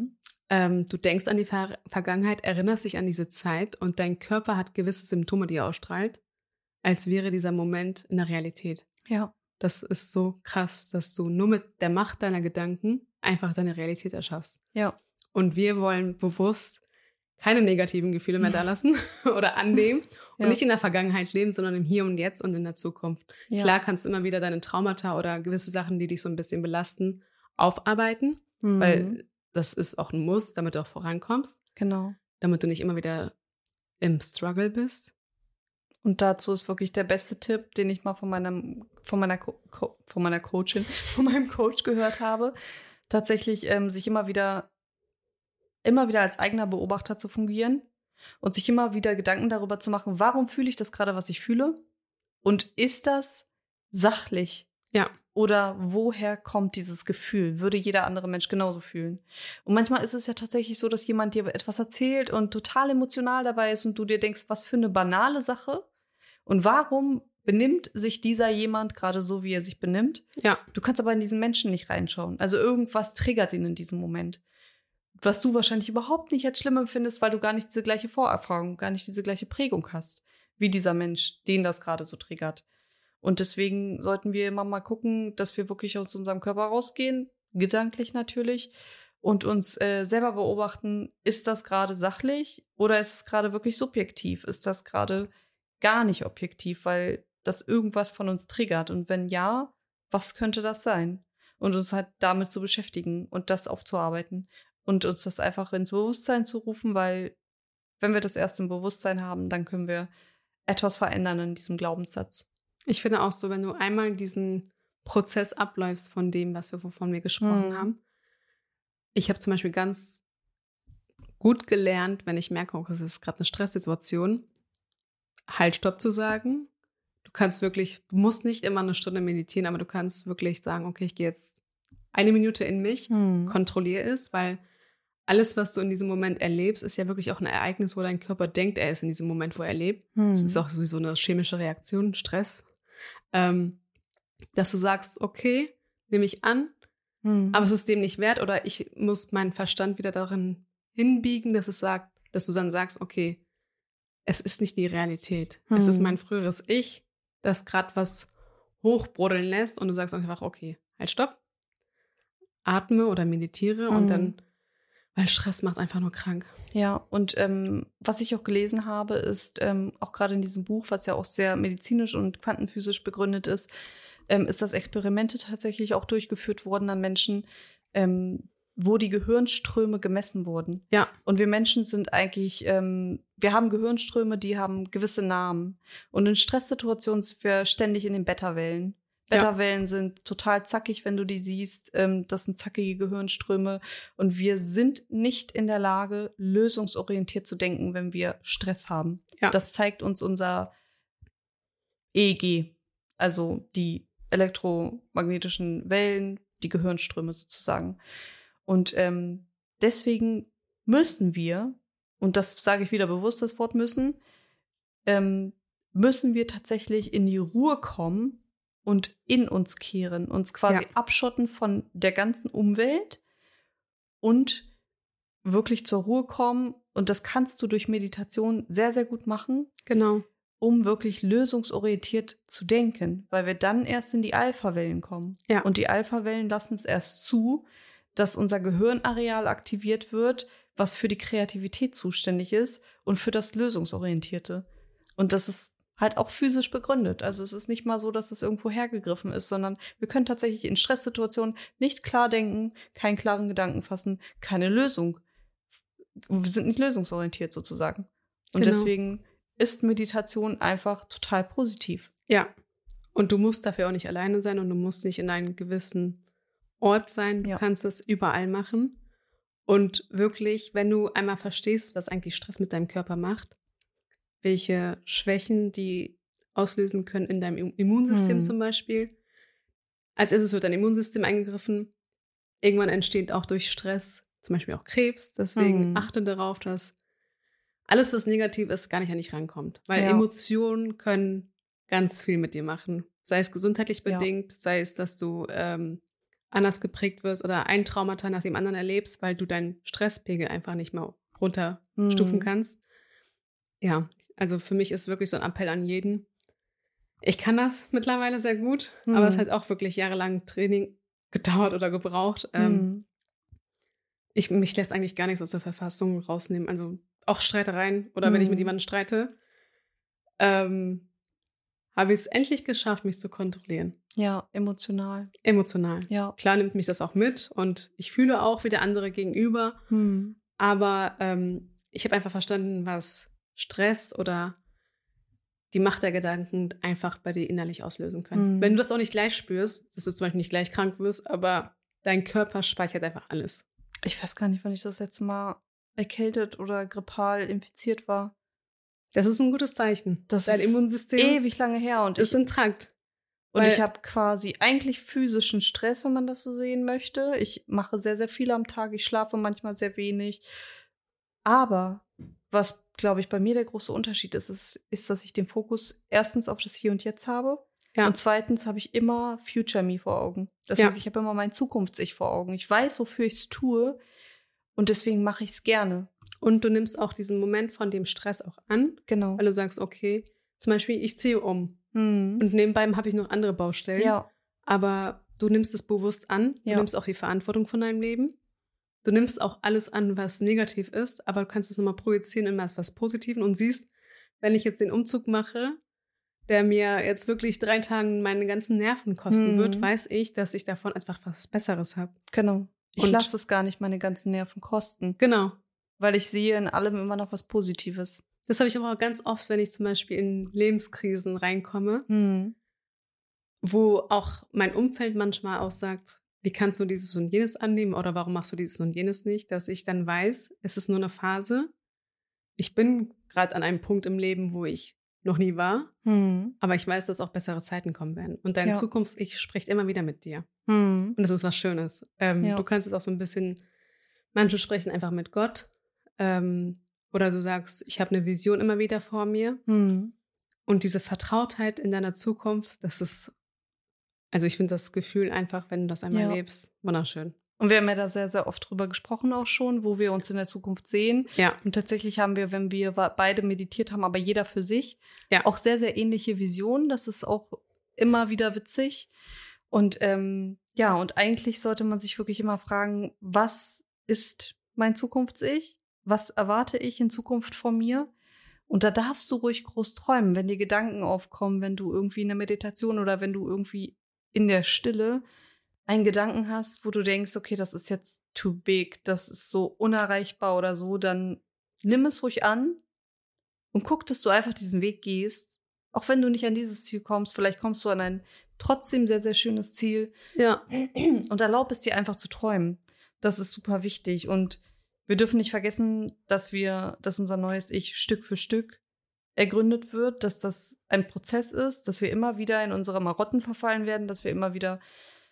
ähm, du denkst an die Ver- Vergangenheit, erinnerst dich an diese Zeit und dein Körper hat gewisse Symptome, die er ausstrahlt, als wäre dieser Moment in der Realität. Ja. Das ist so krass, dass du nur mit der Macht deiner Gedanken einfach deine Realität erschaffst. Ja. Und wir wollen bewusst keine negativen Gefühle mehr da lassen oder annehmen und Ja. nicht in der Vergangenheit leben, sondern im Hier und Jetzt und in der Zukunft. Ja. Klar kannst du immer wieder deine Traumata oder gewisse Sachen, die dich so ein bisschen belasten, aufarbeiten, Mhm. weil das ist auch ein Muss, damit du auch vorankommst, Genau. damit du nicht immer wieder im Struggle bist. Und dazu ist wirklich der beste Tipp, den ich mal von meinem, von meiner, Co- Co- von meiner Coachin, von meinem Coach gehört habe, tatsächlich ähm, sich immer wieder, immer wieder als eigener Beobachter zu fungieren und sich immer wieder Gedanken darüber zu machen, warum fühle ich das gerade, was ich fühle? Und ist das sachlich? Ja. Oder woher kommt dieses Gefühl? Würde jeder andere Mensch genauso fühlen? Und manchmal ist es ja tatsächlich so, dass jemand dir etwas erzählt und total emotional dabei ist und du dir denkst, was für eine banale Sache. Und warum benimmt sich dieser jemand gerade so, wie er sich benimmt? Ja. Du kannst aber in diesen Menschen nicht reinschauen. Also irgendwas triggert ihn in diesem Moment. Was du wahrscheinlich überhaupt nicht als schlimm empfindest, weil du gar nicht diese gleiche Vorerfahrung, gar nicht diese gleiche Prägung hast, wie dieser Mensch, den das gerade so triggert. Und deswegen sollten wir immer mal gucken, dass wir wirklich aus unserem Körper rausgehen, gedanklich natürlich, und uns äh, selber beobachten, ist das gerade sachlich oder ist es gerade wirklich subjektiv? Ist das gerade gar nicht objektiv, weil das irgendwas von uns triggert? Und wenn ja, was könnte das sein? Und uns halt damit zu beschäftigen und das aufzuarbeiten und uns das einfach ins Bewusstsein zu rufen, weil wenn wir das erst im Bewusstsein haben, dann können wir etwas verändern in diesem Glaubenssatz. Ich finde auch so, wenn du einmal diesen Prozess abläufst von dem, was wir, wovon wir gesprochen Mhm. haben. Ich habe zum Beispiel ganz gut gelernt, wenn ich merke, okay, es ist gerade eine Stresssituation, halt Stopp zu sagen. Du kannst wirklich, du musst nicht immer eine Stunde meditieren, aber du kannst wirklich sagen, okay, ich gehe jetzt eine Minute in mich, Mhm. kontrolliere es, weil alles, was du in diesem Moment erlebst, ist ja wirklich auch ein Ereignis, wo dein Körper denkt, er ist in diesem Moment, wo er lebt. Mhm. Das ist auch sowieso eine chemische Reaktion, Stress. Ähm, dass du sagst, okay, nehme ich an, Mhm. aber es ist dem nicht wert oder ich muss meinen Verstand wieder darin hinbiegen, dass es sagt, dass du dann sagst, okay, es ist nicht die Realität. Mhm. Es ist mein früheres Ich, das gerade was hochbrodeln lässt und du sagst einfach, okay, halt stopp, atme oder meditiere Mhm. und dann, weil Stress macht einfach nur krank. Ja, und ähm, was ich auch gelesen habe, ist ähm, auch gerade in diesem Buch, was ja auch sehr medizinisch und quantenphysisch begründet ist, ähm, ist, dass Experimente tatsächlich auch durchgeführt wurden an Menschen, ähm, wo die Gehirnströme gemessen wurden. Ja. Und wir Menschen sind eigentlich, ähm, wir haben Gehirnströme, die haben gewisse Namen. Und in Stresssituationen sind wir ständig in den Beta-Wellen. Beta-Wellen sind total zackig, wenn du die siehst. Ähm, das sind zackige Gehirnströme. Und wir sind nicht in der Lage, lösungsorientiert zu denken, wenn wir Stress haben. Ja. Das zeigt uns unser E E G, also die elektromagnetischen Wellen, die Gehirnströme sozusagen. Und ähm, deswegen müssen wir, und das sage ich wieder bewusst, das Wort müssen, ähm, müssen wir tatsächlich in die Ruhe kommen und in uns kehren, uns quasi Ja. abschotten von der ganzen Umwelt und wirklich zur Ruhe kommen. Und das kannst du durch Meditation sehr, sehr gut machen, Genau. um wirklich lösungsorientiert zu denken, weil wir dann erst in die Alpha-Wellen kommen. Ja. Und die Alpha-Wellen lassen es erst zu, dass unser Gehirnareal aktiviert wird, was für die Kreativität zuständig ist und für das Lösungsorientierte. Und das ist halt auch physisch begründet. Also es ist nicht mal so, dass es irgendwo hergegriffen ist, sondern wir können tatsächlich in Stresssituationen nicht klar denken, keinen klaren Gedanken fassen, keine Lösung. Wir sind nicht lösungsorientiert sozusagen. Und Genau. deswegen ist Meditation einfach total positiv. Ja. Und du musst dafür auch nicht alleine sein und du musst nicht in einem gewissen Ort sein. Du Ja. kannst es überall machen. Und wirklich, wenn du einmal verstehst, was eigentlich Stress mit deinem Körper macht, welche Schwächen die auslösen können in deinem Immunsystem Hm. zum Beispiel. Als erstes wird dein Immunsystem eingegriffen. Irgendwann entsteht auch durch Stress zum Beispiel auch Krebs. Deswegen Hm. achte darauf, dass alles, was negativ ist, gar nicht an dich rankommt. Weil Ja. Emotionen können ganz viel mit dir machen. Sei es gesundheitlich Ja. bedingt, sei es, dass du ähm, anders geprägt wirst oder ein Traumata nach dem anderen erlebst, weil du deinen Stresspegel einfach nicht mehr runterstufen Mhm. kannst. Ja, also für mich ist wirklich so ein Appell an jeden. Ich kann das mittlerweile sehr gut, Mhm. aber es hat auch wirklich jahrelang Training gedauert oder gebraucht. Ähm, Mhm. ich, mich lässt eigentlich gar nichts aus der Verfassung rausnehmen. Also auch Streitereien oder wenn ich mit Mhm. jemandem streite, ähm, habe ich es endlich geschafft, mich zu kontrollieren. Ja, emotional. Emotional. Ja. Klar nimmt mich das auch mit und ich fühle auch wie der andere gegenüber, Mhm. aber ähm, ich habe einfach verstanden, was Stress oder die Macht der Gedanken einfach bei dir innerlich auslösen können. Mhm. Wenn du das auch nicht gleich spürst, dass du zum Beispiel nicht gleich krank wirst, aber dein Körper speichert einfach alles. Ich weiß gar nicht, wann ich das letzte Mal erkältet oder grippal infiziert war. Das ist ein gutes Zeichen. Das Dein ist Immunsystem ewig lange her und ist ich, intakt. und weil- ich habe quasi eigentlich physischen Stress, wenn man das so sehen möchte. Ich mache sehr, sehr viel am Tag. Ich schlafe manchmal sehr wenig. Aber was, glaube ich, bei mir der große Unterschied ist, ist, ist, dass ich den Fokus erstens auf das Hier und Jetzt habe. Ja. Und zweitens habe ich immer Future Me vor Augen. Das Ja. heißt, ich habe immer mein Zukunfts-Ich vor Augen. Ich weiß, wofür ich es tue. Und deswegen mache ich es gerne. Und du nimmst auch diesen Moment von dem Stress auch an, Genau. weil du sagst, okay, zum Beispiel, ich ziehe um. Mhm. Und nebenbei habe ich noch andere Baustellen. Ja. Aber du nimmst es bewusst an. Du Ja. nimmst auch die Verantwortung von deinem Leben. Du nimmst auch alles an, was negativ ist, aber du kannst es nochmal projizieren in was Positiven und siehst, wenn ich jetzt den Umzug mache, der mir jetzt wirklich drei Tagen meine ganzen Nerven kosten Mhm. wird, weiß ich, dass ich davon einfach was Besseres habe. Genau. Ich Und- lasse es gar nicht meine ganzen Nerven kosten, Genau. weil ich sehe in allem immer noch was Positives. Das habe ich aber auch ganz oft, wenn ich zum Beispiel in Lebenskrisen reinkomme, Mhm. wo auch mein Umfeld manchmal auch sagt, wie kannst du dieses und jenes annehmen oder warum machst du dieses und jenes nicht, dass ich dann weiß, es ist nur eine Phase. Ich bin gerade an einem Punkt im Leben, wo ich noch nie war, Mhm. aber ich weiß, dass auch bessere Zeiten kommen werden. Und dein Ja. Zukunfts-Ich spricht immer wieder mit dir. Mhm. Und das ist was Schönes. Ähm, Ja. Du kannst es auch so ein bisschen, manche sprechen einfach mit Gott. Ähm, oder du sagst, ich habe eine Vision immer wieder vor mir. Mhm. Und diese Vertrautheit in deiner Zukunft, das ist, also ich finde das Gefühl einfach, wenn du das einmal Ja. lebst, wunderschön. Und wir haben ja da sehr, sehr oft drüber gesprochen auch schon, wo wir uns in der Zukunft sehen. Ja, Und tatsächlich haben wir, wenn wir wa- beide meditiert haben, aber jeder für sich, Ja. auch sehr, sehr ähnliche Visionen. Das ist auch immer wieder witzig. Und ähm, ja, und eigentlich sollte man sich wirklich immer fragen, was ist mein Zukunfts-Ich? Was erwarte ich in Zukunft von mir? Und da darfst du ruhig groß träumen, wenn dir Gedanken aufkommen, wenn du irgendwie in der Meditation oder wenn du irgendwie in der Stille einen Gedanken hast, wo du denkst, okay, das ist jetzt too big, das ist so unerreichbar oder so, dann nimm es ruhig an und guck, dass du einfach diesen Weg gehst. Auch wenn du nicht an dieses Ziel kommst, vielleicht kommst du an ein trotzdem sehr, sehr schönes Ziel ja, und erlaub es dir einfach zu träumen. Das ist super wichtig und wir dürfen nicht vergessen, dass wir, dass unser neues Ich Stück für Stück ergründet wird, dass das ein Prozess ist, dass wir immer wieder in unsere Marotten verfallen werden, dass wir immer wieder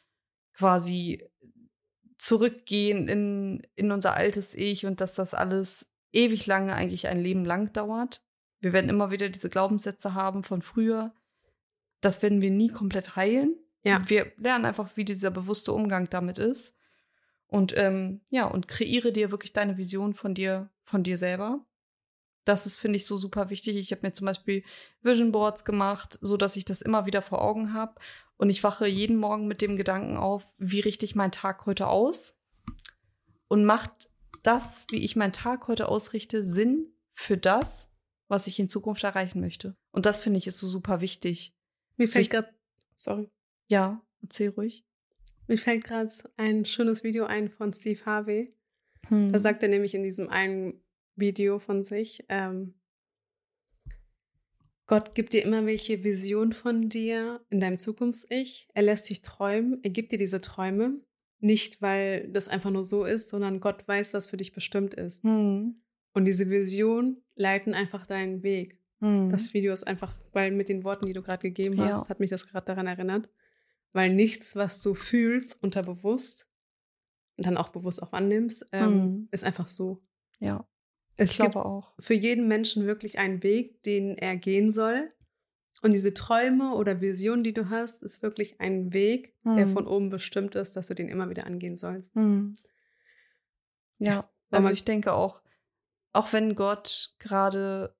quasi zurückgehen in, in unser altes Ich und dass das alles ewig lange, eigentlich ein Leben lang dauert. Wir werden immer wieder diese Glaubenssätze haben von früher. Das werden wir nie komplett heilen. Ja. Wir lernen einfach, wie dieser bewusste Umgang damit ist. Und ähm, ja, und kreiere dir wirklich deine Vision von dir, von dir selber. Das ist, finde ich, so super wichtig. Ich habe mir zum Beispiel Vision Boards gemacht, so dass ich das immer wieder vor Augen habe. Und ich wache jeden Morgen mit dem Gedanken auf, wie richte ich meinen Tag heute aus? Und macht das, wie ich meinen Tag heute ausrichte, Sinn für das, was ich in Zukunft erreichen möchte? Und das, finde ich, ist so super wichtig. mir fällt Sich- gerade, sorry, Ja, erzähl ruhig. mir fällt gerade ein schönes Video ein von Steve Harvey. Hm. Da sagt er nämlich in diesem einen Video von sich, ähm, Gott gibt dir immer welche Vision von dir in deinem Zukunfts-Ich. Er lässt dich träumen. Er gibt dir diese Träume. Nicht, weil das einfach nur so ist, sondern Gott weiß, was für dich bestimmt ist. Hm. Und diese Vision leiten einfach deinen Weg. Hm. Das Video ist einfach, weil mit den Worten, die du gerade gegeben Ja. hast, hat mich das gerade daran erinnert. Weil nichts, was du fühlst, unterbewusst und dann auch bewusst auch annimmst, ähm, Mhm. ist einfach so. Ja, Es ich gibt glaube auch. für jeden Menschen wirklich einen Weg, den er gehen soll. Und diese Träume oder Visionen, die du hast, ist wirklich ein Weg, hm. der von oben bestimmt ist, dass du den immer wieder angehen sollst. Hm. Ja, ja, also ich denke auch, auch wenn Gott gerade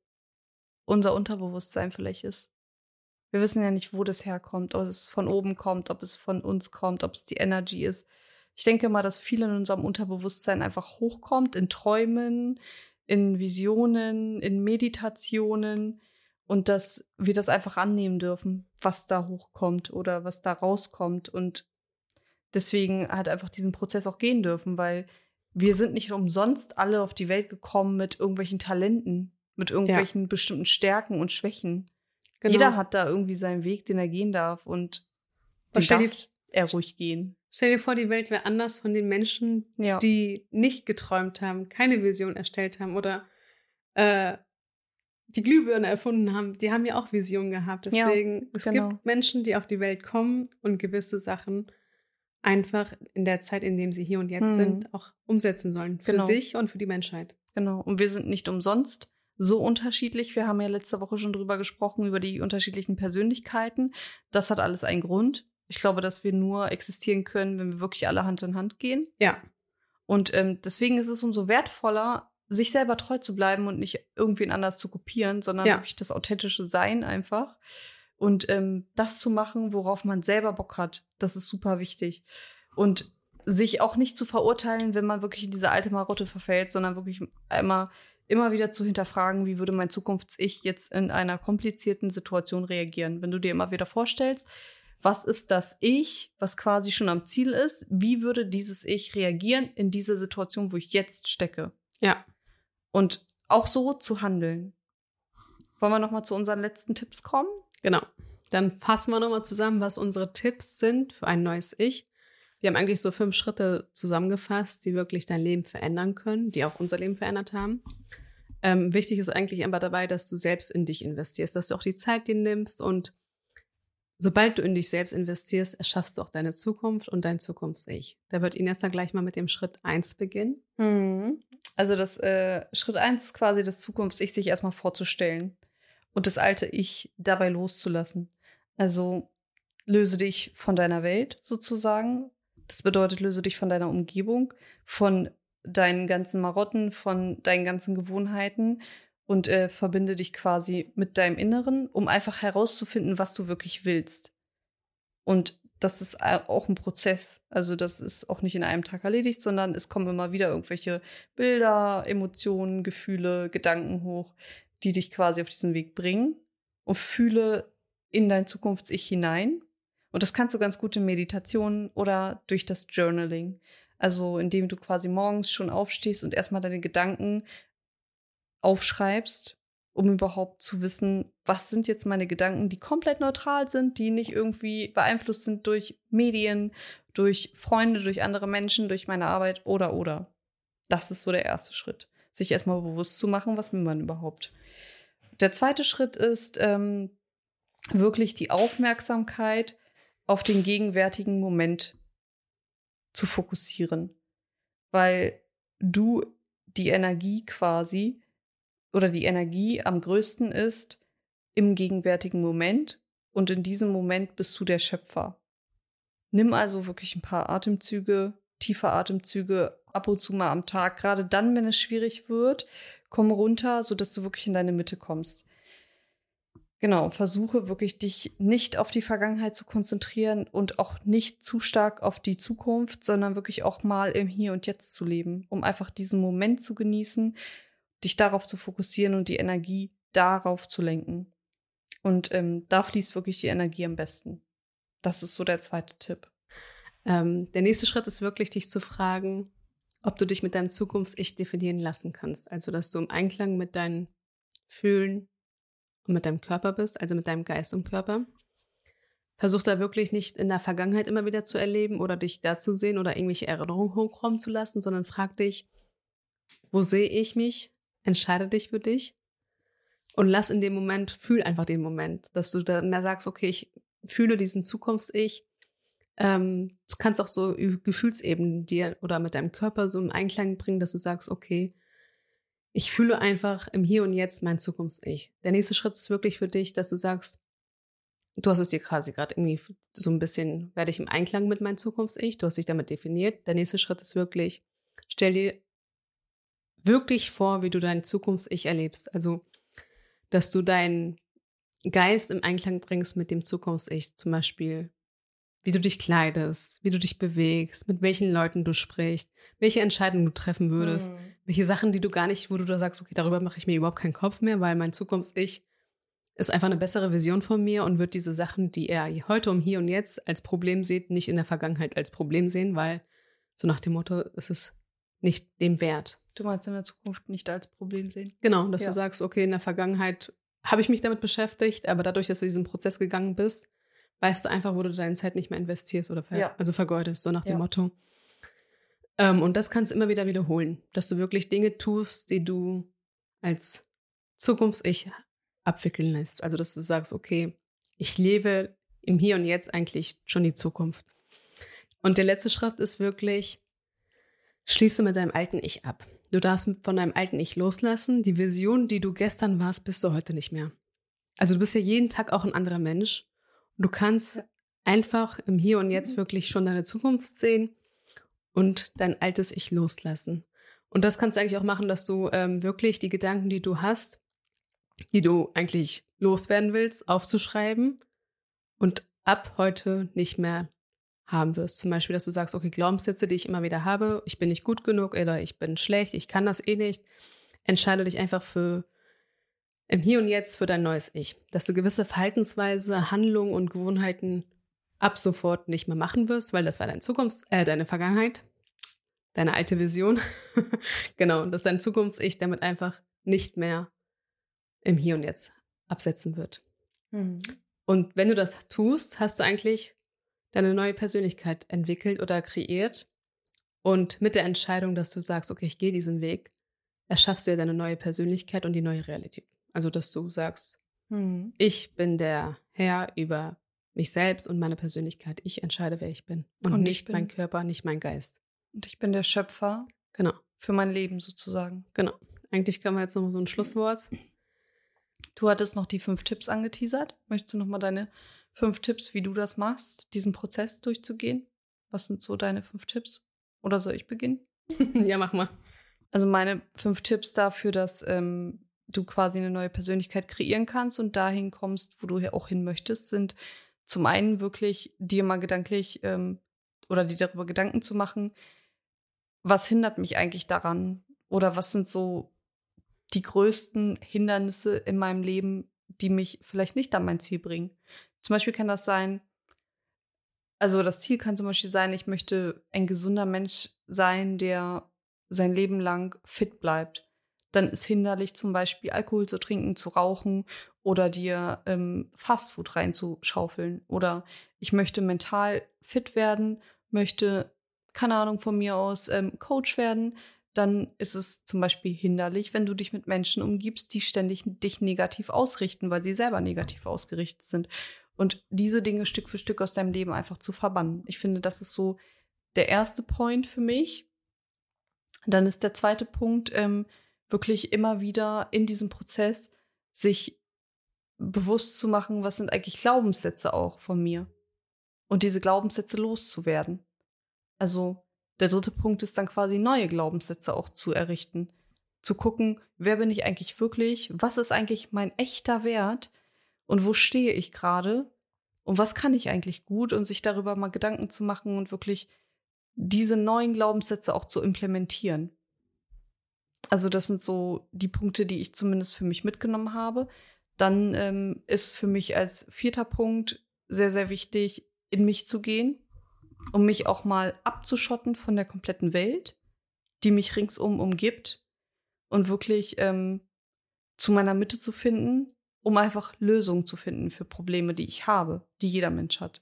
unser Unterbewusstsein vielleicht ist. Wir wissen ja nicht, wo das herkommt, ob es von oben kommt, ob es von uns kommt, ob es die Energy ist. Ich denke mal, dass viel in unserem Unterbewusstsein einfach hochkommt, in Träumen, in Visionen, in Meditationen und dass wir das einfach annehmen dürfen, was da hochkommt oder was da rauskommt und deswegen halt einfach diesen Prozess auch gehen dürfen, weil wir sind nicht umsonst alle auf die Welt gekommen mit irgendwelchen Talenten, mit irgendwelchen ja. bestimmten Stärken und Schwächen. Genau. Jeder hat da irgendwie seinen Weg, den er gehen darf und den darf er ruhig gehen. Stell dir vor, die Welt wäre anders von den Menschen, ja. die nicht geträumt haben, keine Vision erstellt haben oder äh, die Glühbirne erfunden haben. Die haben ja auch Visionen gehabt. Deswegen, ja, es genau. gibt Menschen, die auf die Welt kommen und gewisse Sachen einfach in der Zeit, in dem sie hier und jetzt hm. sind, auch umsetzen sollen. Für genau. sich und für die Menschheit. Genau. Und wir sind nicht umsonst so unterschiedlich. Wir haben ja letzte Woche schon drüber gesprochen, über die unterschiedlichen Persönlichkeiten. Das hat alles einen Grund. Ich glaube, dass wir nur existieren können, wenn wir wirklich alle Hand in Hand gehen. Ja. Und ähm, deswegen ist es umso wertvoller, sich selber treu zu bleiben und nicht irgendwen anders zu kopieren, sondern ja. wirklich das authentische Sein einfach. Und ähm, das zu machen, worauf man selber Bock hat, das ist super wichtig. Und sich auch nicht zu verurteilen, wenn man wirklich in diese alte Marotte verfällt, sondern wirklich einmal immer wieder zu hinterfragen, wie würde mein Zukunfts-Ich jetzt in einer komplizierten Situation reagieren. Wenn du dir immer wieder vorstellst, was ist das Ich, was quasi schon am Ziel ist, wie würde dieses Ich reagieren in dieser Situation, wo ich jetzt stecke? Ja. Und auch so zu handeln. Wollen wir noch mal zu unseren letzten Tipps kommen? Genau. Dann fassen wir noch mal zusammen, was unsere Tipps sind für ein neues Ich. Wir haben eigentlich so fünf Schritte zusammengefasst, die wirklich dein Leben verändern können, die auch unser Leben verändert haben. Ähm, wichtig ist eigentlich immer dabei, dass du selbst in dich investierst, dass du auch die Zeit dir nimmst und sobald du in dich selbst investierst, erschaffst du auch deine Zukunft und dein Zukunfts-Ich. Da wird Ines dann gleich mal mit dem Schritt eins beginnen. Mhm. Also das äh, Schritt eins ist quasi das Zukunfts-Ich sich erstmal vorzustellen und das alte Ich dabei loszulassen. Also löse dich von deiner Welt sozusagen. Das bedeutet, löse dich von deiner Umgebung, von deinen ganzen Marotten, von deinen ganzen Gewohnheiten und äh, verbinde dich quasi mit deinem Inneren, um einfach herauszufinden, was du wirklich willst. Und das ist auch ein Prozess. Also das ist auch nicht in einem Tag erledigt, sondern es kommen immer wieder irgendwelche Bilder, Emotionen, Gefühle, Gedanken hoch, die dich quasi auf diesen Weg bringen. Und fühle in dein Zukunfts-Ich hinein. Und das kannst du ganz gut in Meditation oder durch das Journaling. Also indem du quasi morgens schon aufstehst und erstmal deine Gedanken aufschreibst, um überhaupt zu wissen, was sind jetzt meine Gedanken, die komplett neutral sind, die nicht irgendwie beeinflusst sind durch Medien, durch Freunde, durch andere Menschen, durch meine Arbeit oder oder. Das ist so der erste Schritt, sich erstmal bewusst zu machen, was will man überhaupt. Der zweite Schritt ist ähm, wirklich die Aufmerksamkeit auf den gegenwärtigen Moment zu fokussieren, weil du die Energie quasi oder die Energie am größten ist im gegenwärtigen Moment und in diesem Moment bist du der Schöpfer. Nimm also wirklich ein paar Atemzüge, tiefe Atemzüge, ab und zu mal am Tag, gerade dann, wenn es schwierig wird, komm runter, sodass du wirklich in deine Mitte kommst. Genau, versuche wirklich dich nicht auf die Vergangenheit zu konzentrieren und auch nicht zu stark auf die Zukunft, sondern wirklich auch mal im Hier und Jetzt zu leben, um einfach diesen Moment zu genießen, dich darauf zu fokussieren und die Energie darauf zu lenken. Und ähm, da fließt wirklich die Energie am besten. Das ist so der zweite Tipp. Ähm, der nächste Schritt ist wirklich, dich zu fragen, ob du dich mit deinem Zukunfts-Ich definieren lassen kannst. Also, dass du im Einklang mit deinen Fühlen und mit deinem Körper bist, also mit deinem Geist und Körper. Versuch da wirklich nicht in der Vergangenheit immer wieder zu erleben oder dich da zu sehen oder irgendwelche Erinnerungen hochkommen zu lassen, sondern frag dich, wo sehe ich mich? Entscheide dich für dich und lass in dem Moment, fühl einfach den Moment, dass du da mehr sagst, okay, ich fühle diesen Zukunfts-Ich. Ähm, du kannst auch so Gefühlsebenen dir oder mit deinem Körper so im Einklang bringen, dass du sagst, okay, ich fühle einfach im Hier und Jetzt mein Zukunfts-Ich. Der nächste Schritt ist wirklich für dich, dass du sagst, du hast es dir quasi gerade irgendwie so ein bisschen, werde ich im Einklang mit meinem Zukunfts-Ich, du hast dich damit definiert. Der nächste Schritt ist wirklich, stell dir wirklich vor, wie du dein Zukunfts-Ich erlebst. Also, dass du deinen Geist im Einklang bringst mit dem Zukunfts-Ich. Zum Beispiel, wie du dich kleidest, wie du dich bewegst, mit welchen Leuten du sprichst, welche Entscheidungen du treffen würdest, Mhm. welche Sachen, die du gar nicht, wo du da sagst, okay, darüber mache ich mir überhaupt keinen Kopf mehr, weil mein Zukunfts-Ich ist einfach eine bessere Version von mir und wird diese Sachen, die er heute um hier und jetzt als Problem sieht, nicht in der Vergangenheit als Problem sehen, weil so nach dem Motto, es ist nicht dem wert. Du meinst in der Zukunft nicht als Problem sehen? Genau, dass Ja. du sagst, okay, in der Vergangenheit habe ich mich damit beschäftigt, aber dadurch, dass du diesen Prozess gegangen bist, weißt du einfach, wo du deine Zeit nicht mehr investierst oder ver- Ja. also vergeudest, so nach dem Ja. Motto. Ähm, und das kannst du immer wieder wiederholen, dass du wirklich Dinge tust, die du als Zukunfts-Ich abwickeln lässt. Also, dass du sagst, okay, ich lebe im Hier und Jetzt eigentlich schon die Zukunft. Und der letzte Schritt ist wirklich, schließe mit deinem alten Ich ab. Du darfst von deinem alten Ich loslassen. Die Version, die du gestern warst, bist du heute nicht mehr. Also du bist ja jeden Tag auch ein anderer Mensch. Und du kannst Ja. einfach im Hier und Jetzt wirklich schon deine Zukunft sehen und dein altes Ich loslassen. Und das kannst du eigentlich auch machen, dass du ähm, wirklich die Gedanken, die du hast, die du eigentlich loswerden willst, aufzuschreiben und ab heute nicht mehr haben wirst. Zum Beispiel, dass du sagst, okay, Glaubenssätze, die ich immer wieder habe, ich bin nicht gut genug oder ich bin schlecht, ich kann das eh nicht. Entscheide dich einfach für im Hier und Jetzt für dein neues Ich. Dass du gewisse Verhaltensweise, Handlungen und Gewohnheiten ab sofort nicht mehr machen wirst, weil das war dein Zukunfts-, äh, deine Vergangenheit, deine alte Vision. Genau, dass dein Zukunfts-Ich damit einfach nicht mehr im Hier und Jetzt absetzen wird. Mhm. Und wenn du das tust, hast du eigentlich deine neue Persönlichkeit entwickelt oder kreiert. Und mit der Entscheidung, dass du sagst, okay, ich gehe diesen Weg, erschaffst du ja deine neue Persönlichkeit und die neue Realität. Also, dass du sagst, Mhm. ich bin der Herr über mich selbst und meine Persönlichkeit. Ich entscheide, wer ich bin. Und, Und ich nicht bin- mein Körper, nicht mein Geist. Und ich bin der Schöpfer Genau, für mein Leben sozusagen. genau. Eigentlich können wir jetzt noch so ein Schlusswort. Du hattest noch die fünf Tipps angeteasert. Möchtest du noch mal deine fünf Tipps, wie du das machst, diesen Prozess durchzugehen? Was sind so deine fünf Tipps? Oder soll ich beginnen? Ja, mach mal. Also meine fünf Tipps dafür, dass ähm, du quasi eine neue Persönlichkeit kreieren kannst und dahin kommst, wo du ja auch hin möchtest, sind zum einen wirklich dir mal gedanklich ähm, oder dir darüber Gedanken zu machen, was hindert mich eigentlich daran? Oder was sind so die größten Hindernisse in meinem Leben, die mich vielleicht nicht an mein Ziel bringen? Zum Beispiel kann das sein, also das Ziel kann zum Beispiel sein, ich möchte ein gesunder Mensch sein, der sein Leben lang fit bleibt. Dann ist hinderlich zum Beispiel Alkohol zu trinken, zu rauchen oder dir ähm, Fastfood reinzuschaufeln. Oder ich möchte mental fit werden, möchte, keine Ahnung, von mir aus ähm, Coach werden. Dann ist es zum Beispiel hinderlich, wenn du dich mit Menschen umgibst, die ständig dich negativ ausrichten, weil sie selber negativ ausgerichtet sind. Und diese Dinge Stück für Stück aus deinem Leben einfach zu verbannen. Ich finde, das ist so der erste Point für mich. Dann ist der zweite Punkt, ähm, wirklich immer wieder in diesem Prozess sich bewusst zu machen, was sind eigentlich Glaubenssätze auch von mir. Und diese Glaubenssätze loszuwerden. Also der dritte Punkt ist dann quasi neue Glaubenssätze auch zu errichten. Zu gucken, wer bin ich eigentlich wirklich? Was ist eigentlich mein echter Wert? Und wo stehe ich gerade? Und was kann ich eigentlich gut? Und sich darüber mal Gedanken zu machen und wirklich diese neuen Glaubenssätze auch zu implementieren. Also das sind so die Punkte, die ich zumindest für mich mitgenommen habe. Dann ähm, ist für mich als vierter Punkt sehr, sehr wichtig, in mich zu gehen, um mich auch mal abzuschotten von der kompletten Welt, die mich ringsum umgibt und wirklich ähm, zu meiner Mitte zu finden, um einfach Lösungen zu finden für Probleme, die ich habe, die jeder Mensch hat.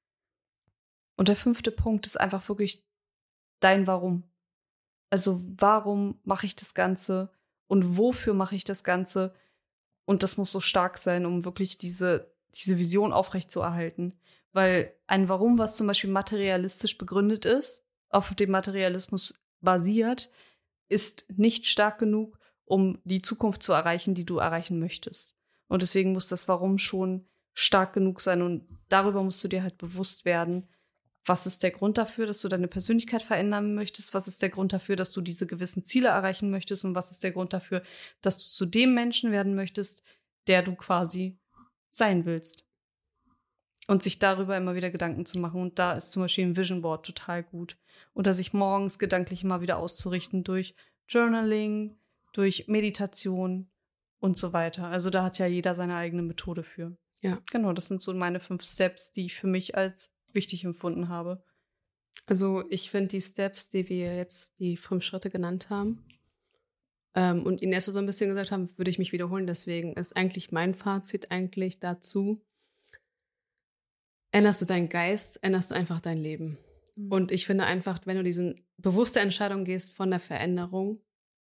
Und der fünfte Punkt ist einfach wirklich dein Warum. Also warum mache ich das Ganze und wofür mache ich das Ganze? Und das muss so stark sein, um wirklich diese, diese Vision aufrechtzuerhalten. Weil ein Warum, was zum Beispiel materialistisch begründet ist, auf dem Materialismus basiert, ist nicht stark genug, um die Zukunft zu erreichen, die du erreichen möchtest. Und deswegen muss das Warum schon stark genug sein und darüber musst du dir halt bewusst werden, was ist der Grund dafür, dass du deine Persönlichkeit verändern möchtest, was ist der Grund dafür, dass du diese gewissen Ziele erreichen möchtest und was ist der Grund dafür, dass du zu dem Menschen werden möchtest, der du quasi sein willst. Und sich darüber immer wieder Gedanken zu machen. Und da ist zum Beispiel ein Vision Board total gut. Oder sich morgens gedanklich immer wieder auszurichten durch Journaling, durch Meditation und so weiter. Also da hat ja jeder seine eigene Methode für. Ja. Genau, das sind so meine fünf Steps, die ich für mich als wichtig empfunden habe. Also ich finde die Steps, die wir jetzt, die fünf Schritte genannt haben, ähm, und Ines so ein bisschen gesagt haben, würde ich mich wiederholen. Deswegen ist eigentlich mein Fazit eigentlich dazu, änderst du deinen Geist, änderst du einfach dein Leben. Mhm. Und ich finde einfach, wenn du diese bewusste Entscheidung gehst von der Veränderung,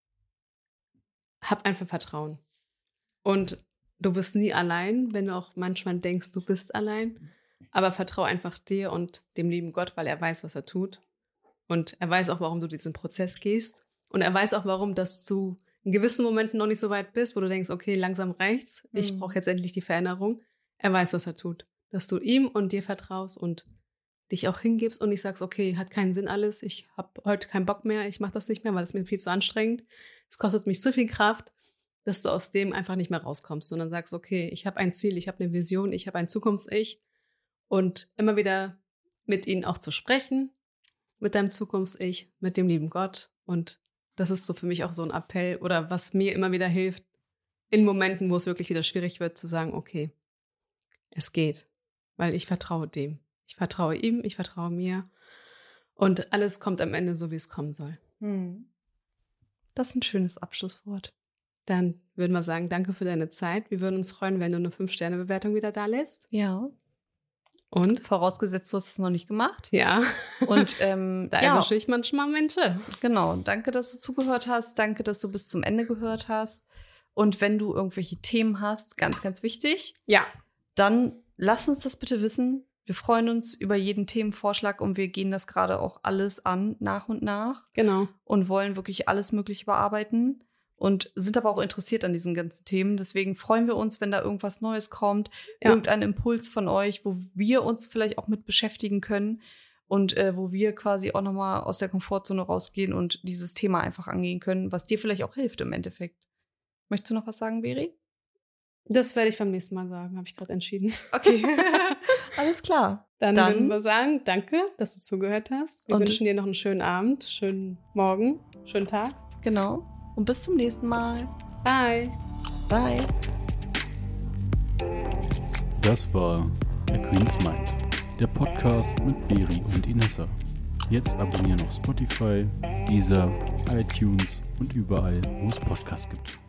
hab einfach Vertrauen. Und du bist nie allein, wenn du auch manchmal denkst, du bist allein. Aber vertraue einfach dir und dem lieben Gott, weil er weiß, was er tut. Und er weiß auch, warum du diesen Prozess gehst. Und er weiß auch, warum, dass du in gewissen Momenten noch nicht so weit bist, wo du denkst, okay, langsam reicht's. Ich mhm. brauche jetzt endlich die Veränderung. Er weiß, was er tut. Dass du ihm und dir vertraust und dich auch hingibst und nicht sagst, okay, hat keinen Sinn alles. Ich habe heute keinen Bock mehr. Ich mache das nicht mehr, weil es mir viel zu anstrengend. Es kostet mich zu viel Kraft, dass du aus dem einfach nicht mehr rauskommst, sondern sagst, okay, ich habe ein Ziel, ich habe eine Vision, ich habe ein Zukunfts-Ich. Und immer wieder mit ihnen auch zu sprechen, mit deinem Zukunfts-Ich, mit dem lieben Gott. Und das ist so für mich auch so ein Appell oder was mir immer wieder hilft, in Momenten, wo es wirklich wieder schwierig wird, zu sagen, okay, es geht, weil ich vertraue dem. Ich vertraue ihm, ich vertraue mir. Und alles kommt am Ende so, wie es kommen soll. Hm. Das ist ein schönes Abschlusswort. Dann würden wir sagen, danke für deine Zeit. Wir würden uns freuen, wenn du eine fünf Sterne Bewertung wieder da lässt. Ja. Und? Vorausgesetzt, du hast es noch nicht gemacht. Ja. Und ähm, da ja. erwische ich manchmal Menschen. Genau. Danke, dass du zugehört hast. Danke, dass du bis zum Ende gehört hast. Und wenn du irgendwelche Themen hast, ganz, ganz wichtig. Ja. Dann lass uns das bitte wissen. Wir freuen uns über jeden Themenvorschlag und wir gehen das gerade auch alles an, nach und nach. Genau. Und wollen wirklich alles Mögliche bearbeiten. Und sind aber auch interessiert an diesen ganzen Themen. Deswegen freuen wir uns, wenn da irgendwas Neues kommt, ja. irgendein Impuls von euch, wo wir uns vielleicht auch mit beschäftigen können und äh, wo wir quasi auch nochmal aus der Komfortzone rausgehen und dieses Thema einfach angehen können, was dir vielleicht auch hilft im Endeffekt. Möchtest du noch was sagen, Beri? Das werde ich beim nächsten Mal sagen, habe ich gerade entschieden. Okay, alles klar. Dann, Dann würden wir sagen, danke, dass du zugehört hast. Wir wünschen dir noch einen schönen Abend, schönen Morgen, schönen Tag. Genau. Und bis zum nächsten Mal. Bye. Bye. Das war A Queen's Mind, der Podcast mit Beri und Inessa. Jetzt abonnieren auf Spotify, Deezer, iTunes und überall, wo es Podcasts gibt.